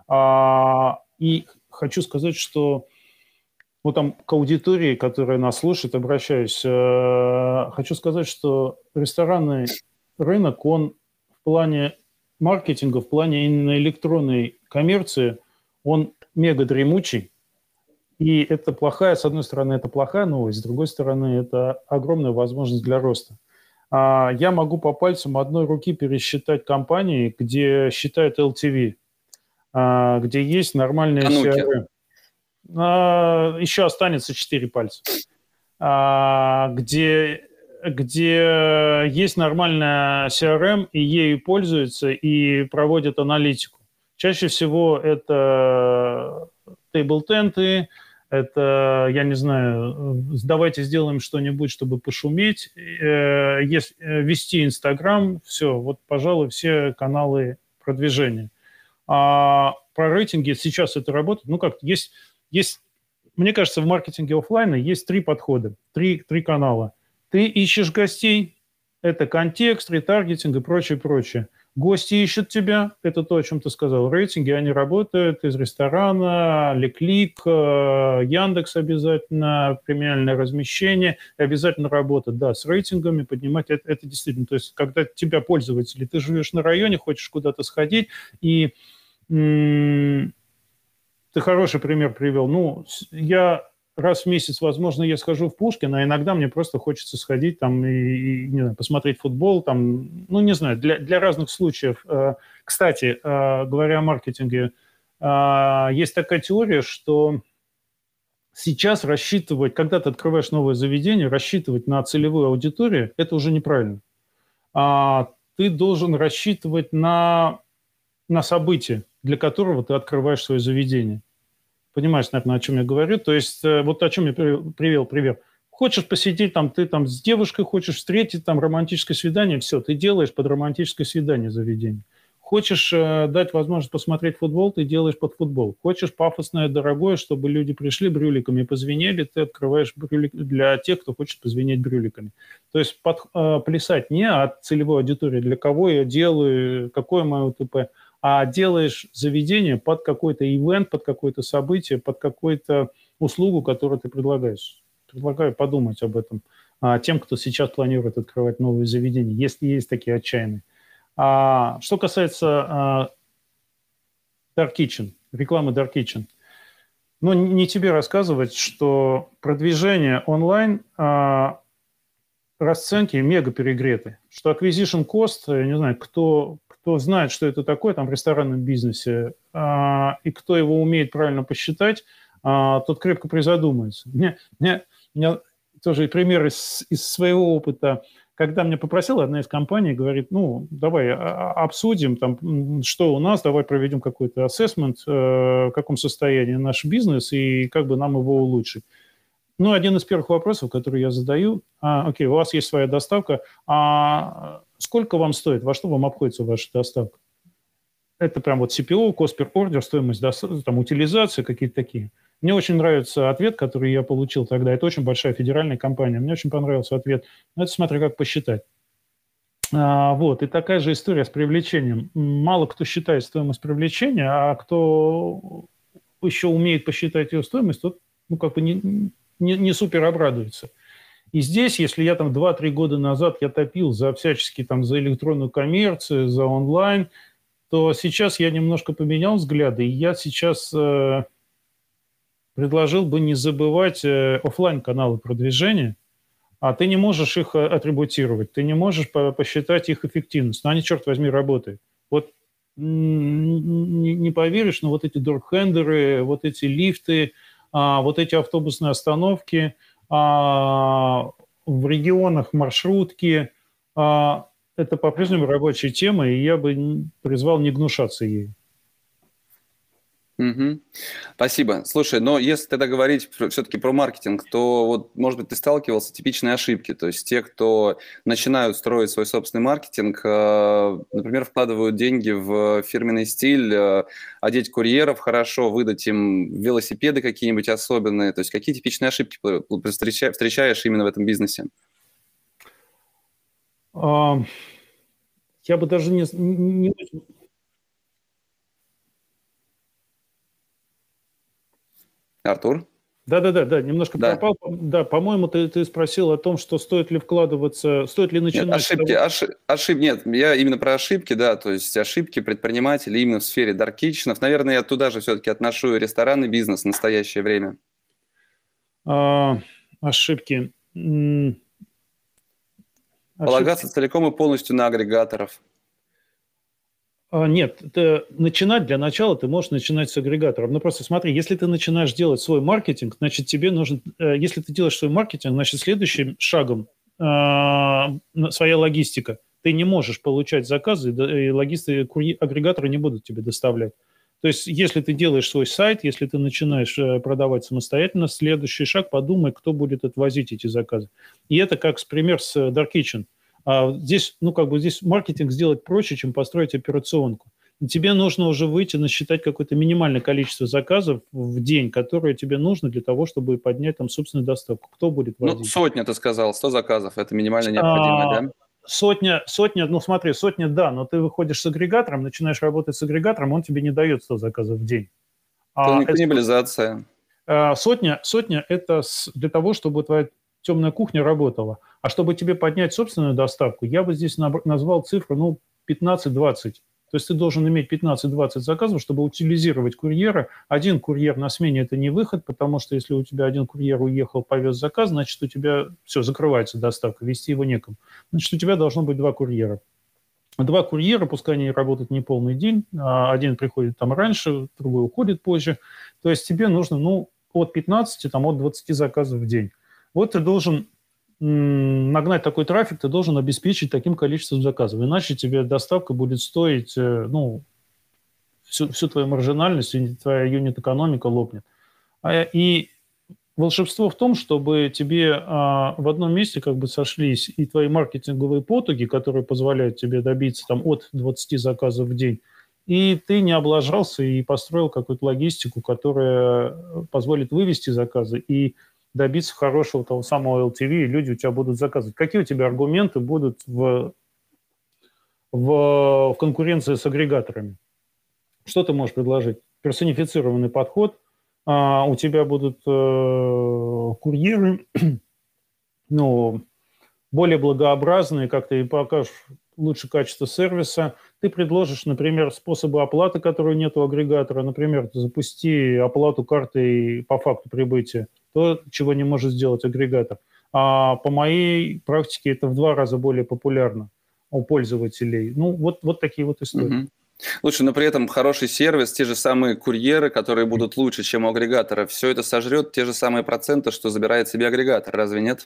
Speaker 2: И хочу сказать, что вот там к аудитории, которая нас слушает, обращаюсь, хочу сказать, что ресторанный рынок, он в плане маркетинга, в плане именно электронной коммерции, он мега дремучий. И это плохая, с одной стороны, это плохая новость, с другой стороны, это огромная возможность для роста. Я могу по пальцам одной руки пересчитать компании, где считают LTV, где есть нормальные CRM. еще останется 4 пальца, где есть нормальная CRM, и ею пользуются, и проводят аналитику. Чаще всего это тейбл-тенты, это, я не знаю, давайте сделаем что-нибудь, чтобы пошуметь, вести Инстаграм, все, вот, пожалуй, все каналы продвижения. А про рейтинги сейчас это работает. Ну как, есть, мне кажется, в маркетинге офлайна есть 3 подхода, 3 канала. Ты ищешь гостей, это контекст, ретаргетинг и прочее, прочее. Гости ищут тебя, это то, о чем ты сказал. Рейтинги, они работают из ресторана, Леклик, Яндекс обязательно, премиальное размещение, и обязательно работа, да, с рейтингами, поднимать, это действительно, то есть когда тебя пользователи, ты живешь на районе, хочешь куда-то сходить, и ты хороший пример привел. Ну, я раз в месяц, возможно, я схожу в Пушкин, а иногда мне просто хочется сходить там и не знаю, посмотреть футбол, там, ну, не знаю, для разных случаев. Кстати, говоря о маркетинге, есть такая теория, что сейчас рассчитывать, когда ты открываешь новое заведение, рассчитывать на целевую аудиторию, это уже неправильно. Ты должен рассчитывать на событие, для которого ты открываешь свое заведение. Понимаешь, наверное, о чем я говорю? То есть вот о чем я привел пример. Хочешь посидеть там, ты там с девушкой хочешь встретить, там романтическое свидание, все, ты делаешь под романтическое свидание заведение. Хочешь дать возможность посмотреть футбол, ты делаешь под футбол. Хочешь пафосное, дорогое, чтобы люди пришли брюликами и позвенели, ты открываешь брюлик для тех, кто хочет позвенеть брюликами. То есть плясать не от целевой аудитории, для кого я делаю, какое мое ТП, а делаешь заведение под какой-то ивент, под какое-то событие, под какую-то услугу, которую ты предлагаешь. Предлагаю подумать об этом тем, кто сейчас планирует открывать новые заведения, если есть такие отчаянные. Что касается Dark Kitchen, рекламы Dark Kitchen, ну, не тебе рассказывать, что продвижение онлайн, расценки мега перегреты, что acquisition cost, я не знаю, кто знает, что это такое там в ресторанном бизнесе, и кто его умеет правильно посчитать, тот крепко призадумается. У меня тоже пример из своего опыта. Когда меня попросила одна из компаний, говорит, ну, давай обсудим, там, что у нас, давай проведем какой-то ассессмент, в каком состоянии наш бизнес и как бы нам его улучшить. Ну, один из первых вопросов, который я задаю, окей, у вас есть своя доставка, сколько вам стоит, во что вам обходится ваша доставка? Это прям вот CPO, cost per order, стоимость там, утилизации, какие-то такие. Мне очень нравится ответ, который я получил тогда. Это очень большая федеральная компания. Мне очень понравился ответ. Но это смотря как посчитать. Вот. И такая же история с привлечением. Мало кто считает стоимость привлечения, а кто еще умеет посчитать ее стоимость, тот ну, как бы не супер обрадуется. И здесь, если я там 2-3 года назад я топил за всячески там за электронную коммерцию, за онлайн, то сейчас я немножко поменял взгляды, и я сейчас предложил бы не забывать офлайн-каналы продвижения, а ты не можешь их атрибутировать, ты не можешь посчитать их эффективность, но они, черт возьми, работают. Вот не поверишь, но вот эти доркхендеры, вот эти лифты, вот эти автобусные остановки, в регионах маршрутки, это по-прежнему рабочая тема, и я бы призвал не гнушаться ею.
Speaker 1: Угу. Спасибо. Слушай, но если тогда говорить все-таки про маркетинг, то вот, может быть, ты сталкивался с типичной ошибки. То есть те, кто начинают строить свой собственный маркетинг, например, вкладывают деньги в фирменный стиль, одеть курьеров хорошо, выдать им велосипеды какие-нибудь особенные. То есть какие типичные ошибки встречаешь именно в этом бизнесе?
Speaker 2: Я бы даже не...
Speaker 1: Артур?
Speaker 2: Да, немножко пропал. Да, по-моему, ты спросил о том, что стоит ли вкладываться, стоит ли начинать...
Speaker 1: Нет, я именно про ошибки, да, то есть ошибки предпринимателей именно в сфере дарк-китченов. Наверное, я туда же все-таки отношу и ресторанный бизнес в настоящее время.
Speaker 2: Ошибки.
Speaker 1: Полагаться целиком и полностью на агрегаторов.
Speaker 2: Нет, начинать для начала ты можешь начинать с агрегаторов. Но просто смотри, если ты начинаешь делать свой маркетинг, значит, тебе нужно... Если ты делаешь свой маркетинг, значит, следующим шагом своя логистика. Ты не можешь получать заказы, и агрегаторы не будут тебе доставлять. То есть, если ты делаешь свой сайт, если ты начинаешь продавать самостоятельно, следующий шаг, подумай, кто будет отвозить эти заказы. И это как пример с Dark Kitchen. Здесь, здесь маркетинг сделать проще, чем построить операционку. И тебе нужно уже выйти, насчитать какое-то минимальное количество заказов в день, которое тебе нужно для того, чтобы поднять там собственную доставку. Кто будет
Speaker 1: Ну,
Speaker 2: возить?
Speaker 1: сотня, ты сказал, 100 заказов, это минимально необходимое, да?
Speaker 2: Сотня, смотри, сотня, да, но ты выходишь с агрегатором, начинаешь работать с агрегатором, он тебе не дает 100 заказов в день.
Speaker 1: Каннибализация.
Speaker 2: Сотня – это для того, чтобы твоя темная кухня работала. А чтобы тебе поднять собственную доставку, я бы здесь назвал цифру 15-20. То есть ты должен иметь 15-20 заказов, чтобы утилизировать курьера. Один курьер на смене – это не выход, потому что если у тебя один курьер уехал, повез заказ, значит, у тебя все, закрывается доставка, вести его некому. Значит, у тебя должно быть 2 курьера. 2 курьера, пускай они работают не полный день, один приходит там раньше, другой уходит позже. То есть тебе нужно от 15, от 20 заказов в день. Вот ты должен нагнать такой трафик, ты должен обеспечить таким количеством заказов. Иначе тебе доставка будет стоить всю твою маржинальность, и твоя юнит-экономика лопнет. И волшебство в том, чтобы тебе в одном месте сошлись и твои маркетинговые потуги, которые позволяют тебе добиться от 20 заказов в день, и ты не облажался и построил какую-то логистику, которая позволит вывести заказы и добиться хорошего того самого LTV, и люди у тебя будут заказывать. Какие у тебя аргументы будут в конкуренции с агрегаторами? Что ты можешь предложить? Персонифицированный подход. У тебя будут курьеры, более благообразные, как ты покажешь лучше качество сервиса. Ты предложишь, например, способы оплаты, которые нет у агрегатора. Например, запусти оплату картой по факту прибытия. То, чего не может сделать агрегатор. А по моей практике это в 2 раза более популярно у пользователей. Вот такие вот истории.
Speaker 1: Угу. Слушай, но при этом хороший сервис, те же самые курьеры, которые будут лучше, чем у агрегатора, все это сожрет те же самые проценты, что забирает себе агрегатор, разве нет?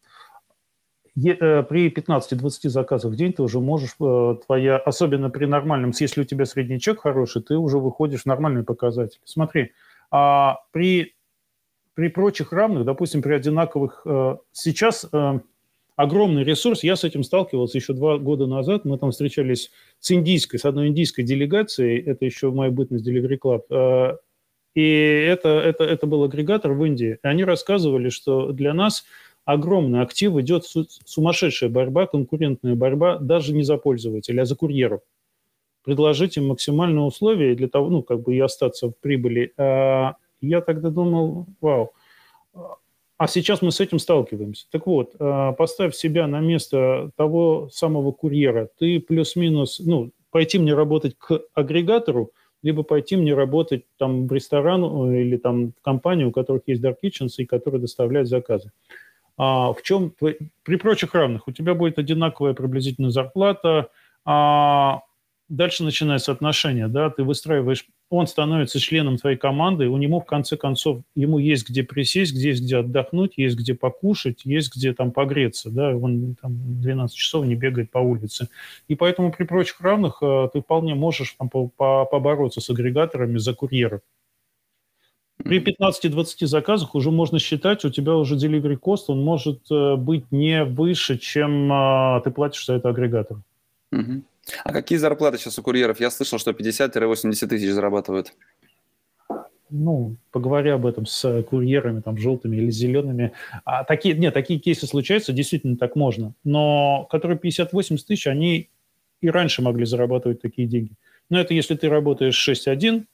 Speaker 2: При 15-20 заказах в день ты уже можешь, особенно при нормальном, если у тебя средний чек хороший, ты уже выходишь в нормальные показатели. Смотри, при прочих равных, допустим, при одинаковых, сейчас огромный ресурс, я с этим сталкивался еще 2 года назад, мы там встречались с одной индийской делегацией, это еще в мою бытность Delivery Club, и это был агрегатор в Индии, и они рассказывали, что для нас огромный актив, идет сумасшедшая борьба, конкурентная борьба даже не за пользователя, а за курьеров. Предложить им максимальные условия для того, и остаться в прибыли. Я тогда думал, вау. А сейчас мы с этим сталкиваемся. Так вот, поставь себя на место того самого курьера. Ты плюс-минус, пойти мне работать к агрегатору, либо пойти мне работать там в ресторан или там в компанию, у которых есть Dark Kitchens и которые доставляют заказы. В чем при прочих равных у тебя будет одинаковая приблизительно зарплата, дальше начинается отношения, да, ты выстраиваешь, он становится членом твоей команды, у него в конце концов, ему есть где присесть, есть где отдохнуть, есть где покушать, есть где там погреться, да, он там 12 часов не бегает по улице. И поэтому при прочих равных ты вполне можешь там побороться с агрегаторами за курьеров. При 15-20 заказах уже можно считать, у тебя уже delivery cost, он может быть не выше, чем ты платишь за это агрегатору.
Speaker 1: Угу. А какие зарплаты сейчас у курьеров? Я слышал, что 50-80 тысяч зарабатывают.
Speaker 2: Поговори об этом с курьерами, там, желтыми или зелеными. Такие кейсы случаются, действительно так можно. Но которые 50-80 тысяч, они и раньше могли зарабатывать такие деньги. Но это если ты работаешь 6-1,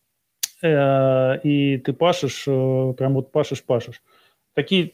Speaker 2: и ты пашешь, прям вот пашешь. Такие,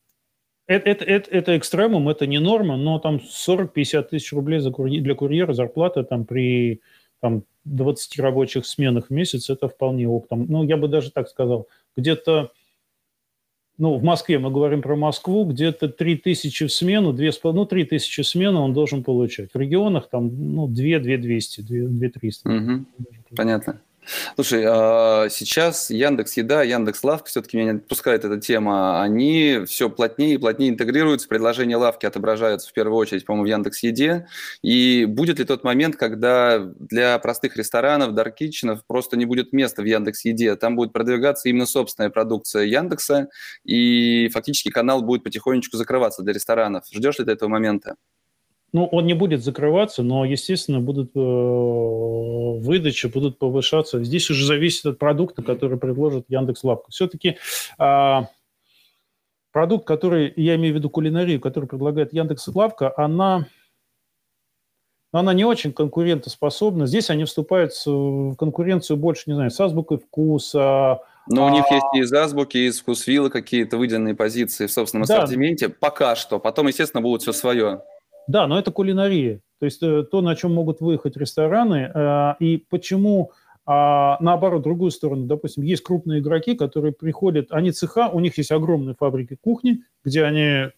Speaker 2: это экстремум, это не норма, но там 40-50 тысяч рублей для курьера зарплата там при 20 рабочих сменах в месяц, это вполне ок. Я бы даже так сказал, где-то ну, в Москве, мы говорим про Москву, где-то 3000 в смену, 3000 в смену он должен получать. В регионах там, ну, 2-200, 2-300.
Speaker 1: Угу. Понятно. Слушай, сейчас Яндекс.Еда, Яндекс.Лавка, все-таки меня не отпускает эта тема, они все плотнее и плотнее интегрируются, предложения лавки отображаются в первую очередь, по-моему, в Яндекс.Еде. И будет ли тот момент, когда для простых ресторанов, даркитченов просто не будет места в Яндекс.Еде, там будет продвигаться именно собственная продукция Яндекса, и фактически канал будет потихонечку закрываться для ресторанов. Ждешь ли ты этого момента?
Speaker 2: Ну, он не будет закрываться, но, естественно, будут выдачи будут повышаться. Здесь уже зависит от продукта, который предложит Яндекс.Лавка. Все-таки продукт, который, я имею в виду кулинарию, который предлагает Яндекс.Лавка, она не очень конкурентоспособна. Здесь они вступают в конкуренцию больше, не знаю, с азбукой вкуса.
Speaker 1: Но у них есть и из азбуки, и из вкусвилла какие-то выделенные позиции в собственном ассортименте. Пока что. Потом, естественно, будут все свое.
Speaker 2: Да, но это кулинария. То есть то, на чем могут выехать рестораны. И почему, наоборот, в другую сторону, допустим, есть крупные игроки, которые приходят, они цеха, у них есть огромные фабрики кухни, где они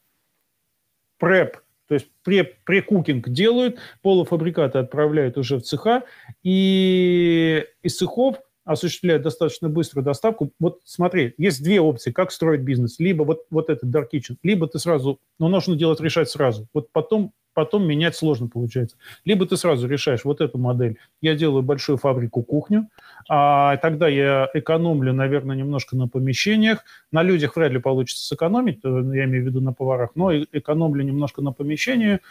Speaker 2: преп, то есть прекукинг делают, полуфабрикаты отправляют уже в цеха, и из цехов осуществляют достаточно быструю доставку. Вот смотри, есть две опции, как строить бизнес. Либо вот этот dark kitchen, либо ты сразу, но нужно решать сразу. Вот потом менять сложно получается. Либо ты сразу решаешь вот эту модель. Я делаю большую фабрику кухню, тогда я экономлю, наверное, немножко на помещениях. На людях вряд ли получится сэкономить, я имею в виду на поварах, но экономлю немножко на помещении,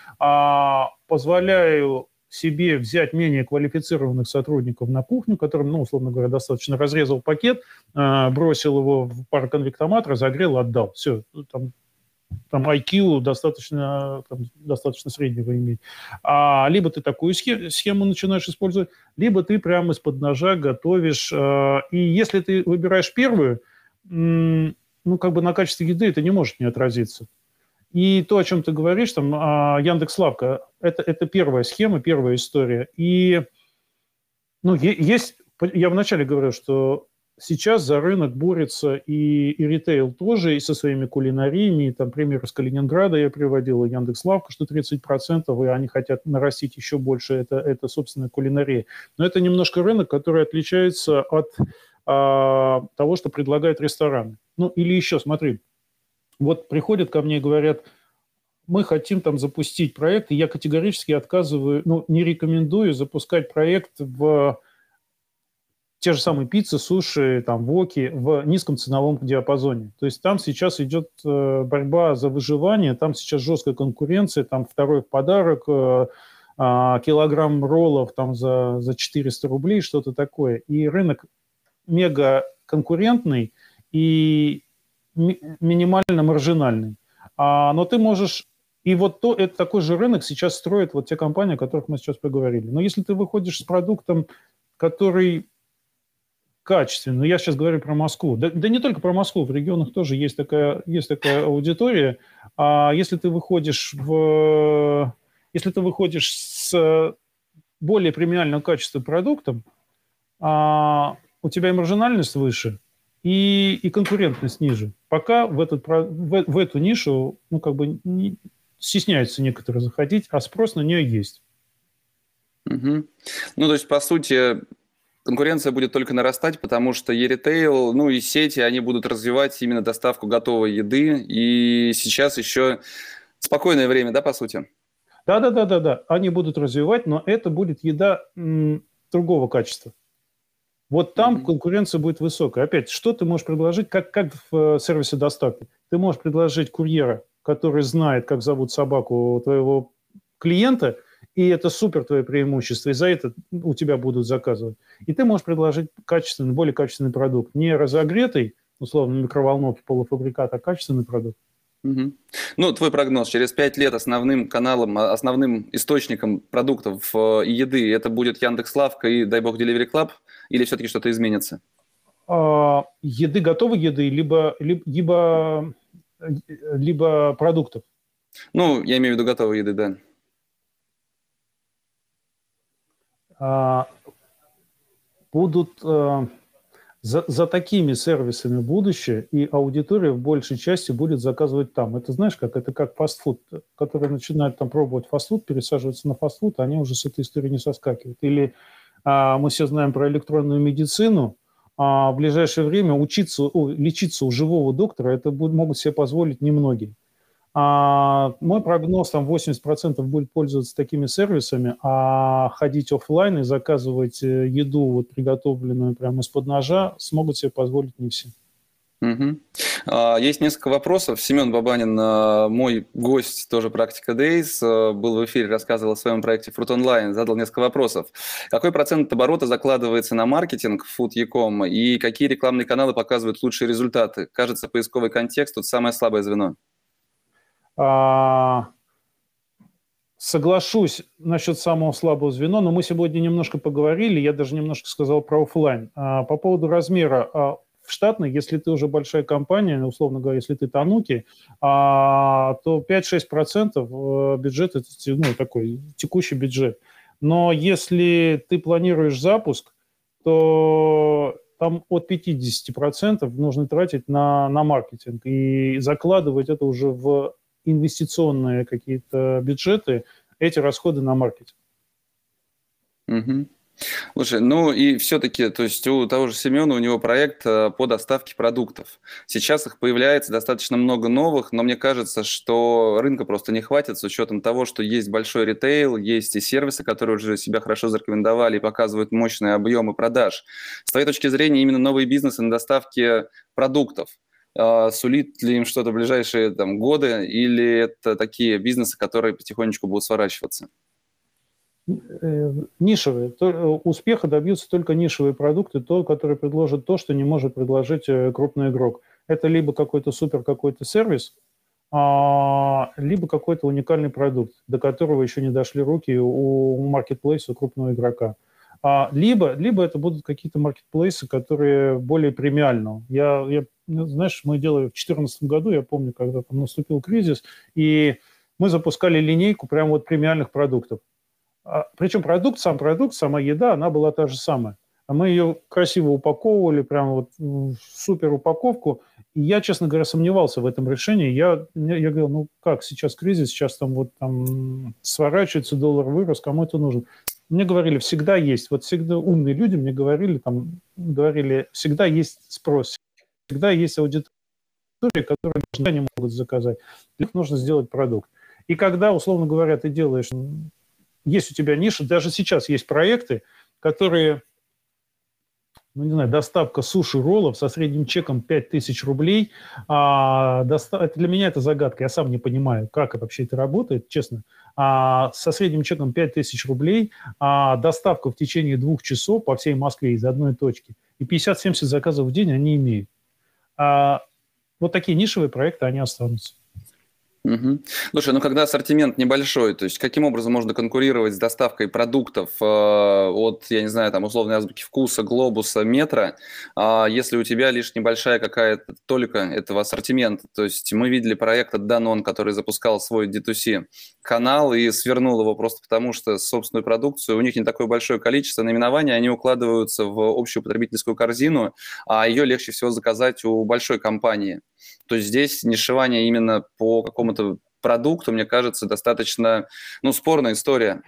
Speaker 2: позволяю себе взять менее квалифицированных сотрудников на кухню, которым, ну, условно говоря, достаточно разрезал пакет, бросил его в пароконвектомат, разогрел, отдал. Все, там IQ достаточно среднего иметь. Либо ты такую схему начинаешь использовать, либо ты прямо из-под ножа готовишь. И если ты выбираешь первую, ну, как бы на качестве еды это не может не отразиться. И то, о чем ты говоришь, там, Яндекс.Лавка, это первая схема, первая история. И, ну, я вначале говорил, что сейчас за рынок борется и ритейл тоже, и со своими кулинариями. И, там, пример из Калининграда я приводил, и Яндекс.Лавка, что 30%, и они хотят нарастить еще больше, это собственно, кулинария. Но это немножко рынок, который отличается от того, что предлагают рестораны. Ну, или еще, смотри, вот приходят ко мне и говорят, мы хотим там запустить проект, и я категорически отказываю, ну, не рекомендую запускать проект в те же самые пиццы, суши, там, воки в низком ценовом диапазоне. То есть там сейчас идет борьба за выживание, там сейчас жесткая конкуренция, там второй в подарок, килограмм роллов там за 400 рублей, что-то такое. И рынок мега конкурентный и минимально маржинальный. Но ты можешь... И вот это такой же рынок сейчас строят вот те компании, о которых мы сейчас поговорили. Но если ты выходишь с продуктом, который качественный, ну, я сейчас говорю про Москву, да не только про Москву, в регионах тоже есть такая аудитория. Если ты выходишь с более премиального качества продуктом, у тебя и маржинальность выше, и конкурентность ниже. Пока в эту нишу, ну, как бы стесняются некоторые заходить, а спрос на нее есть.
Speaker 1: Угу. Ну, то есть, по сути, конкуренция будет только нарастать, потому что e-retail, ну и сети, они будут развивать именно доставку готовой еды. И сейчас еще спокойное время, да, по сути?
Speaker 2: Да. Они будут развивать, но это будет еда другого качества. Вот там конкуренция будет высокая. Опять, что ты можешь предложить, как в сервисе доставки? Ты можешь предложить курьера, который знает, как зовут собаку твоего клиента, и это супер твое преимущество, и за это у тебя будут заказывать. И ты можешь предложить более качественный продукт. Не разогретый, условно, микроволновки, полуфабрикат, а качественный продукт.
Speaker 1: Угу. Ну, твой прогноз, через 5 лет основным каналом, основным источником продуктов и еды это будет Яндекс.Лавка и, дай бог, Delivery Club, или все-таки что-то изменится?
Speaker 2: Еды, готовой еды, либо продуктов.
Speaker 1: Ну, я имею в виду готовой еды, да.
Speaker 2: Будут... За такими сервисами будущее, и аудитория в большей части будет заказывать там. Это знаешь, как это как фастфуд, которые начинают там пробовать фастфуд, пересаживаться на фастфуд, они уже с этой истории не соскакивают. Или мы все знаем про электронную медицину, а в ближайшее время лечиться у живого доктора, это могут себе позволить немногие. Мой прогноз, там 80% будет пользоваться такими сервисами, а ходить офлайн и заказывать еду, вот, приготовленную прямо из-под ножа, смогут себе позволить не все.
Speaker 1: Угу. Есть несколько вопросов. Семен Бабанин, мой гость, тоже «Практика Days», был в эфире, рассказывал о своем проекте Fruit Online, задал несколько вопросов. Какой процент оборота закладывается на маркетинг в Food.com и какие рекламные каналы показывают лучшие результаты? Кажется, поисковый контекст тут самое слабое звено.
Speaker 2: Соглашусь насчет самого слабого звена, но мы сегодня немножко поговорили, я даже немножко сказал про офлайн. По поводу размера, в штатной, если ты уже большая компания, условно говоря, если ты Тануки, то 5-6% бюджет – это такой текущий бюджет. Но если ты планируешь запуск, то там от 50% нужно тратить на маркетинг и закладывать это уже в инвестиционные какие-то бюджеты, эти расходы на маркетинг.
Speaker 1: Угу. Слушай, ну и все-таки, то есть у того же Семена, у него проект по доставке продуктов. Сейчас их появляется достаточно много новых, но мне кажется, что рынка просто не хватит с учетом того, что есть большой ритейл, есть и сервисы, которые уже себя хорошо зарекомендовали и показывают мощные объемы продаж. С твоей точки зрения, именно новые бизнесы на доставке продуктов, сулит ли им что-то в ближайшие годы, или это такие бизнесы, которые потихонечку будут сворачиваться?
Speaker 2: Нишевые. Успеха добьются только нишевые продукты, которые предложат то, что не может предложить крупный игрок. Это либо какой-то какой-то сервис, либо какой-то уникальный продукт, до которого еще не дошли руки у маркетплейса, крупного игрока. Либо это будут какие-то маркетплейсы, которые более премиальные. Знаешь, мы делали в 2014 году, я помню, когда там наступил кризис, и мы запускали линейку прямо вот премиальных продуктов. Причем сам продукт, сама еда, она была та же самая. А мы ее красиво упаковывали, прямо вот в супер упаковку. И я, честно говоря, сомневался в этом решении. Я говорил, ну как, сейчас кризис, сейчас там сворачивается, доллар вырос, кому это нужно? Мне говорили, всегда есть. Вот всегда умные люди мне говорили, всегда есть спрос, всегда есть аудитория, которую не могут заказать. Для них нужно сделать продукт. И когда, условно говоря, ты делаешь... Есть у тебя ниша, даже сейчас есть проекты, которые, доставка суши-роллов со средним чеком 5000 рублей. Для меня это загадка, я сам не понимаю, как вообще это работает, честно. Со средним чеком 5000 рублей, доставка в течение 2 часов по всей Москве из одной точки. И 50-70 заказов в день они имеют. Вот такие нишевые проекты, они останутся.
Speaker 1: Угу. Слушай, когда ассортимент небольшой, то есть каким образом можно конкурировать с доставкой продуктов от, я не знаю, условной азбуки вкуса, глобуса, метро, если у тебя лишь небольшая какая-то толика этого ассортимента? То есть мы видели проект от Danone, который запускал свой D2C канал и свернул его просто потому, что собственную продукцию, у них не такое большое количество наименований, они укладываются в общую потребительскую корзину, а ее легче всего заказать у большой компании. То есть здесь нишевание именно по какому-то продукту, мне кажется, достаточно, спорная история.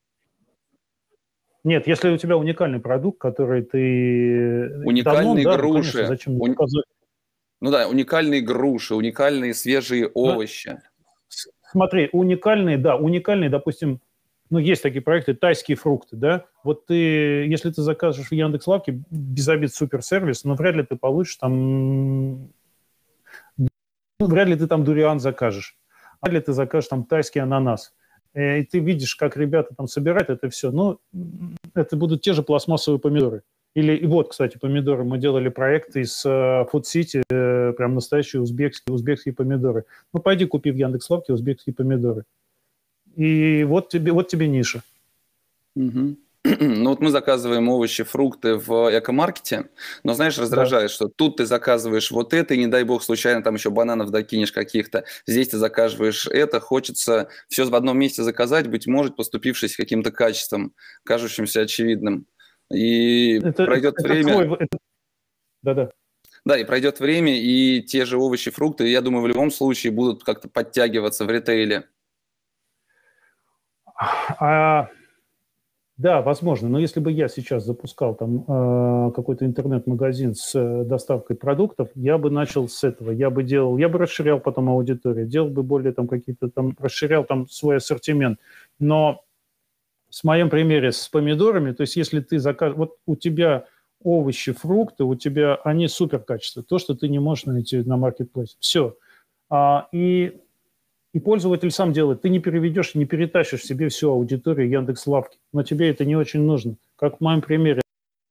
Speaker 2: Нет, если у тебя уникальный продукт, который ты...
Speaker 1: Уникальные груши.
Speaker 2: Конечно, зачем мне показывать?
Speaker 1: Уникальные груши, уникальные свежие овощи.
Speaker 2: Смотри, уникальные, допустим, есть такие проекты, тайские фрукты, да, вот если ты закажешь в Яндекс.Лавке, без обид суперсервис, но вряд ли ты получишь вряд ли ты там дуриан закажешь, вряд ли ты закажешь тайский ананас. И ты видишь, как ребята там собирают это все. Это будут те же пластмассовые помидоры. Кстати, помидоры. Мы делали проект из Food City, прям настоящие узбекские помидоры. Пойди купи в Яндекс.Лавке узбекские помидоры. И вот тебе ниша.
Speaker 1: Угу. Мы заказываем овощи, фрукты в экомаркете, но, знаешь, раздражает, что тут ты заказываешь вот это, и не дай бог случайно там еще бананов докинешь каких-то, здесь ты заказываешь это, хочется все в одном месте заказать, быть может, поступившись каким-то качеством, кажущимся очевидным. И пройдет время...
Speaker 2: Да-да.
Speaker 1: Да, и пройдет время, и те же овощи, фрукты, я думаю, в любом случае будут как-то подтягиваться в ритейле.
Speaker 2: А, да, возможно, но если бы я сейчас запускал там какой-то интернет-магазин с доставкой продуктов, я бы начал с этого. Я бы расширял потом аудиторию, делал бы более там какие-то там, расширял там свой ассортимент. Но в моем примере с помидорами, то есть если ты закажешь, вот у тебя овощи, фрукты, у тебя они супер качество, то, что ты не можешь найти на маркетплейсе. Все. И пользователь сам делает. Ты не переведешь, не перетащишь себе всю аудиторию Яндекс.Лавки. Но тебе это не очень нужно. Как в моем примере.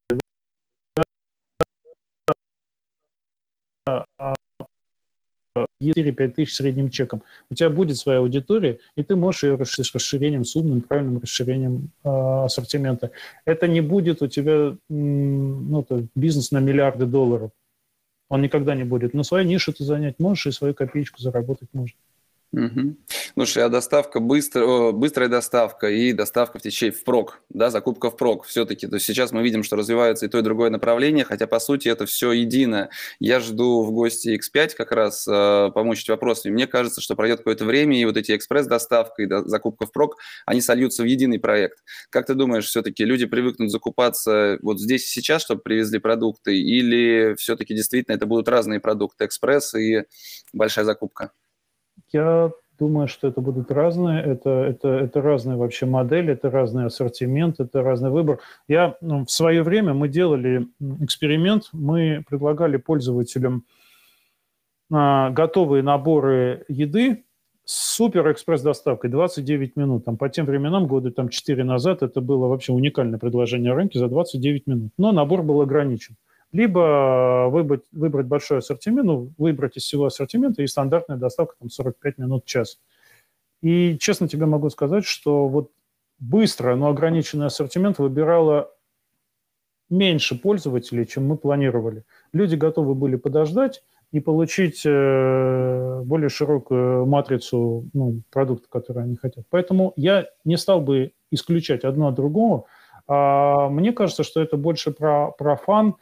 Speaker 2: 4-5 тысяч средним чеком. У тебя будет своя аудитория, и ты можешь ее расширить с расширением, с умным, правильным расширением ассортимента. Это не будет у тебя бизнес на миллиарды долларов. Он никогда не будет. Но свою нишу ты занять можешь, и свою копеечку заработать можно.
Speaker 1: Угу. Слушай, а доставка быстрая доставка и доставка впрок, да, закупка впрок все-таки. То есть сейчас мы видим, что развивается и то, и другое направление, хотя по сути это все едино. Я жду в гости X5 как раз помучить вопросами. Мне кажется, что пройдет какое-то время, и вот эти экспресс-доставка и закупка впрок, они сольются в единый проект. Как ты думаешь, все-таки люди привыкнут закупаться вот здесь и сейчас, чтобы привезли продукты, или все-таки действительно это будут разные продукты, экспресс и большая закупка?
Speaker 2: Я думаю, что это будут разные, это разные вообще модели, это разный ассортимент, это разный выбор. В свое время мы делали эксперимент, мы предлагали пользователям готовые наборы еды с супер экспресс-доставкой, 29 минут. Там, по тем временам, года 4 назад, это было вообще уникальное предложение рынка за 29 минут. Но набор был ограничен. Либо выбрать большой ассортимент, выбрать из всего ассортимента, и стандартная доставка 45 минут, час. И честно тебе могу сказать, что вот быстро, но ограниченный ассортимент выбирало меньше пользователей, чем мы планировали. Люди готовы были подождать и получить более широкую матрицу продуктов, которые они хотят. Поэтому я не стал бы исключать одно от другого. Мне кажется, что это больше про фан,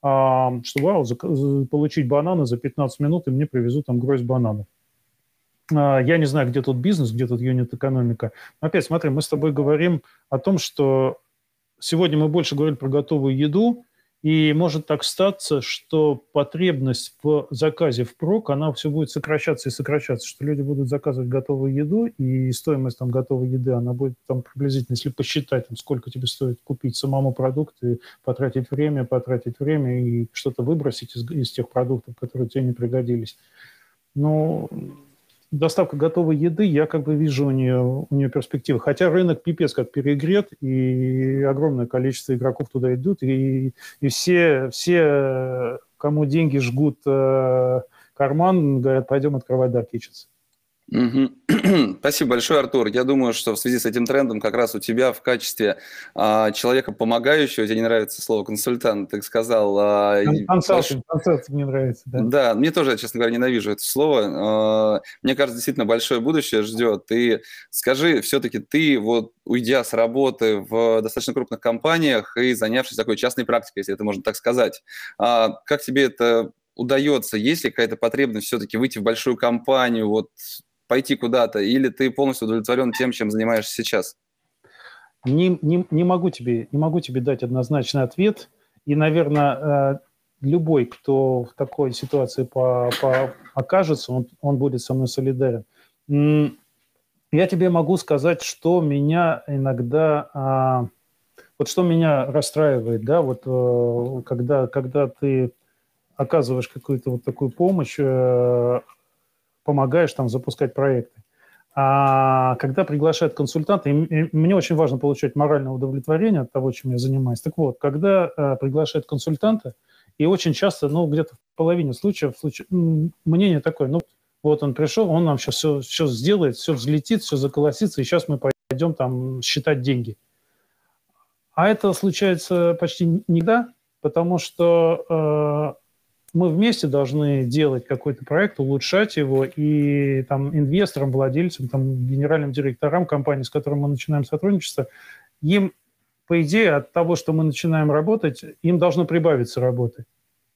Speaker 2: что получить бананы за 15 минут, и мне привезут там гроздь бананов. Я не знаю, где тут бизнес, где тут юнит-экономика. Но опять, смотри, мы с тобой говорим о том, что сегодня мы больше говорили про готовую еду, и может так статься, что потребность в заказе впрок, она все будет сокращаться и сокращаться, что люди будут заказывать готовую еду, и стоимость готовой еды, она будет приблизительно, если посчитать, сколько тебе стоит купить самому продукт, и потратить время и что-то выбросить из тех продуктов, которые тебе не пригодились. Но доставка готовой еды, я вижу у нее перспективы. Хотя рынок пипец как перегрет, и огромное количество игроков туда идут, и все, кому деньги жгут карман, говорят, пойдем открывать Dark Kitchens.
Speaker 1: Спасибо большое, Артур. Я думаю, что в связи с этим трендом как раз у тебя в качестве человека помогающего, тебе не нравится слово консультант, ты сказал.
Speaker 2: Консалтинг мне нравится, да.
Speaker 1: Да, мне тоже, честно говоря, ненавижу это слово. Мне кажется, действительно большое будущее ждет. И скажи, все-таки ты, уйдя с работы в достаточно крупных компаниях и занявшись такой частной практикой, если это можно так сказать, как тебе это удается? Есть ли какая-то потребность все-таки выйти в большую компанию, пойти куда-то, или ты полностью удовлетворен тем, чем занимаешься сейчас?
Speaker 2: Не могу тебе дать однозначный ответ. И, наверное, любой, кто в такой ситуации окажется, он будет со мной солидарен. Я тебе могу сказать, что меня иногда... что меня расстраивает, да, когда ты оказываешь какую-то такую помощь, помогаешь запускать проекты. А когда приглашают консультанта, и мне очень важно получать моральное удовлетворение от того, чем я занимаюсь. Так вот, когда приглашают консультанта, и очень часто, где-то в половине случаев мнение такое, он пришел, он нам сейчас все сделает, все взлетит, все заколосится, и сейчас мы пойдем считать деньги. А это случается почти никогда, потому что мы вместе должны делать какой-то проект, улучшать его, и инвесторам, владельцам, генеральным директорам компании, с которыми мы начинаем сотрудничество, им, по идее, от того, что мы начинаем работать, им должно прибавиться работы.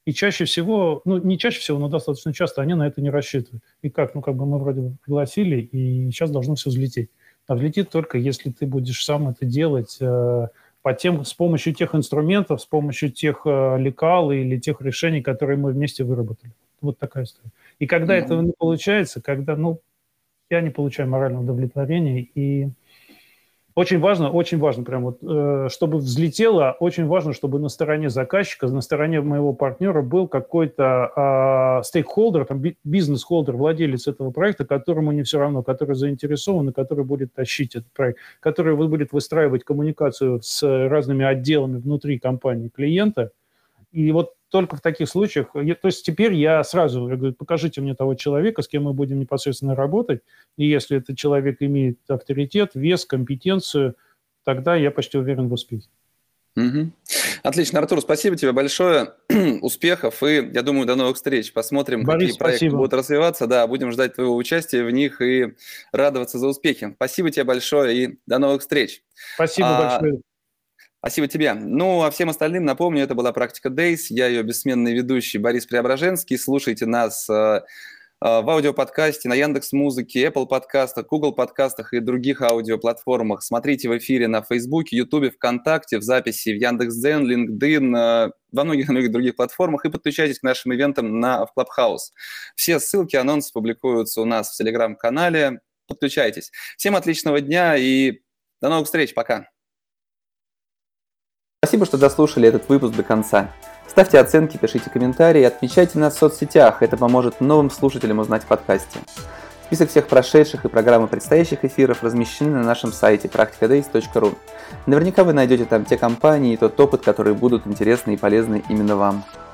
Speaker 2: И чаще всего, ну, не чаще всего, но достаточно часто они на это не рассчитывают. И как, ну, как бы мы вроде бы пригласили, и сейчас должно все взлететь. А взлетит только, если ты будешь сам это делать с помощью тех инструментов, с помощью тех лекал или тех решений, которые мы вместе выработали. Вот такая история. И когда этого не получается, когда, ну, я не получаю морального удовлетворения, и очень важно, прям вот, чтобы взлетело, очень важно, чтобы на стороне заказчика, на стороне моего партнера был какой-то стейкхолдер, там, бизнес-холдер, владелец этого проекта, которому не все равно, который заинтересован и который будет тащить этот проект, который будет выстраивать коммуникацию с разными отделами внутри компании клиента. И вот только в таких случаях, то есть теперь я говорю, покажите мне того человека, с кем мы будем непосредственно работать, и если этот человек имеет авторитет, вес, компетенцию, тогда я почти уверен в успехе.
Speaker 1: Угу. Отлично, Артур, спасибо тебе большое, успехов и, я думаю, до новых встреч. Посмотрим,
Speaker 2: Борис,
Speaker 1: какие проекты будут развиваться, да, будем ждать твоего участия в них и радоваться за успехи. Спасибо тебе большое и до новых встреч.
Speaker 2: Спасибо большое.
Speaker 1: Спасибо тебе. Ну, а всем остальным напомню, это была «Практика Days». Я ее бессменный ведущий Борис Преображенский. Слушайте нас в аудиоподкасте на Яндекс.Музыке, Apple подкастах, Google подкастах и других аудиоплатформах. Смотрите в эфире на Фейсбуке, Ютубе, ВКонтакте, в записи в Яндекс.Дзен, LinkedIn, во многих других платформах и подключайтесь к нашим ивентам в Clubhouse. Все ссылки, анонсы публикуются у нас в Телеграм-канале. Подключайтесь. Всем отличного дня и до новых встреч. Пока. Спасибо, что дослушали этот выпуск до конца. Ставьте оценки, пишите комментарии, отмечайте нас в соцсетях, это поможет новым слушателям узнать в подкасте. Список всех прошедших и программы предстоящих эфиров размещены на нашем сайте practicadays.ru. Наверняка вы найдете там те компании и тот опыт, которые будут интересны и полезны именно вам.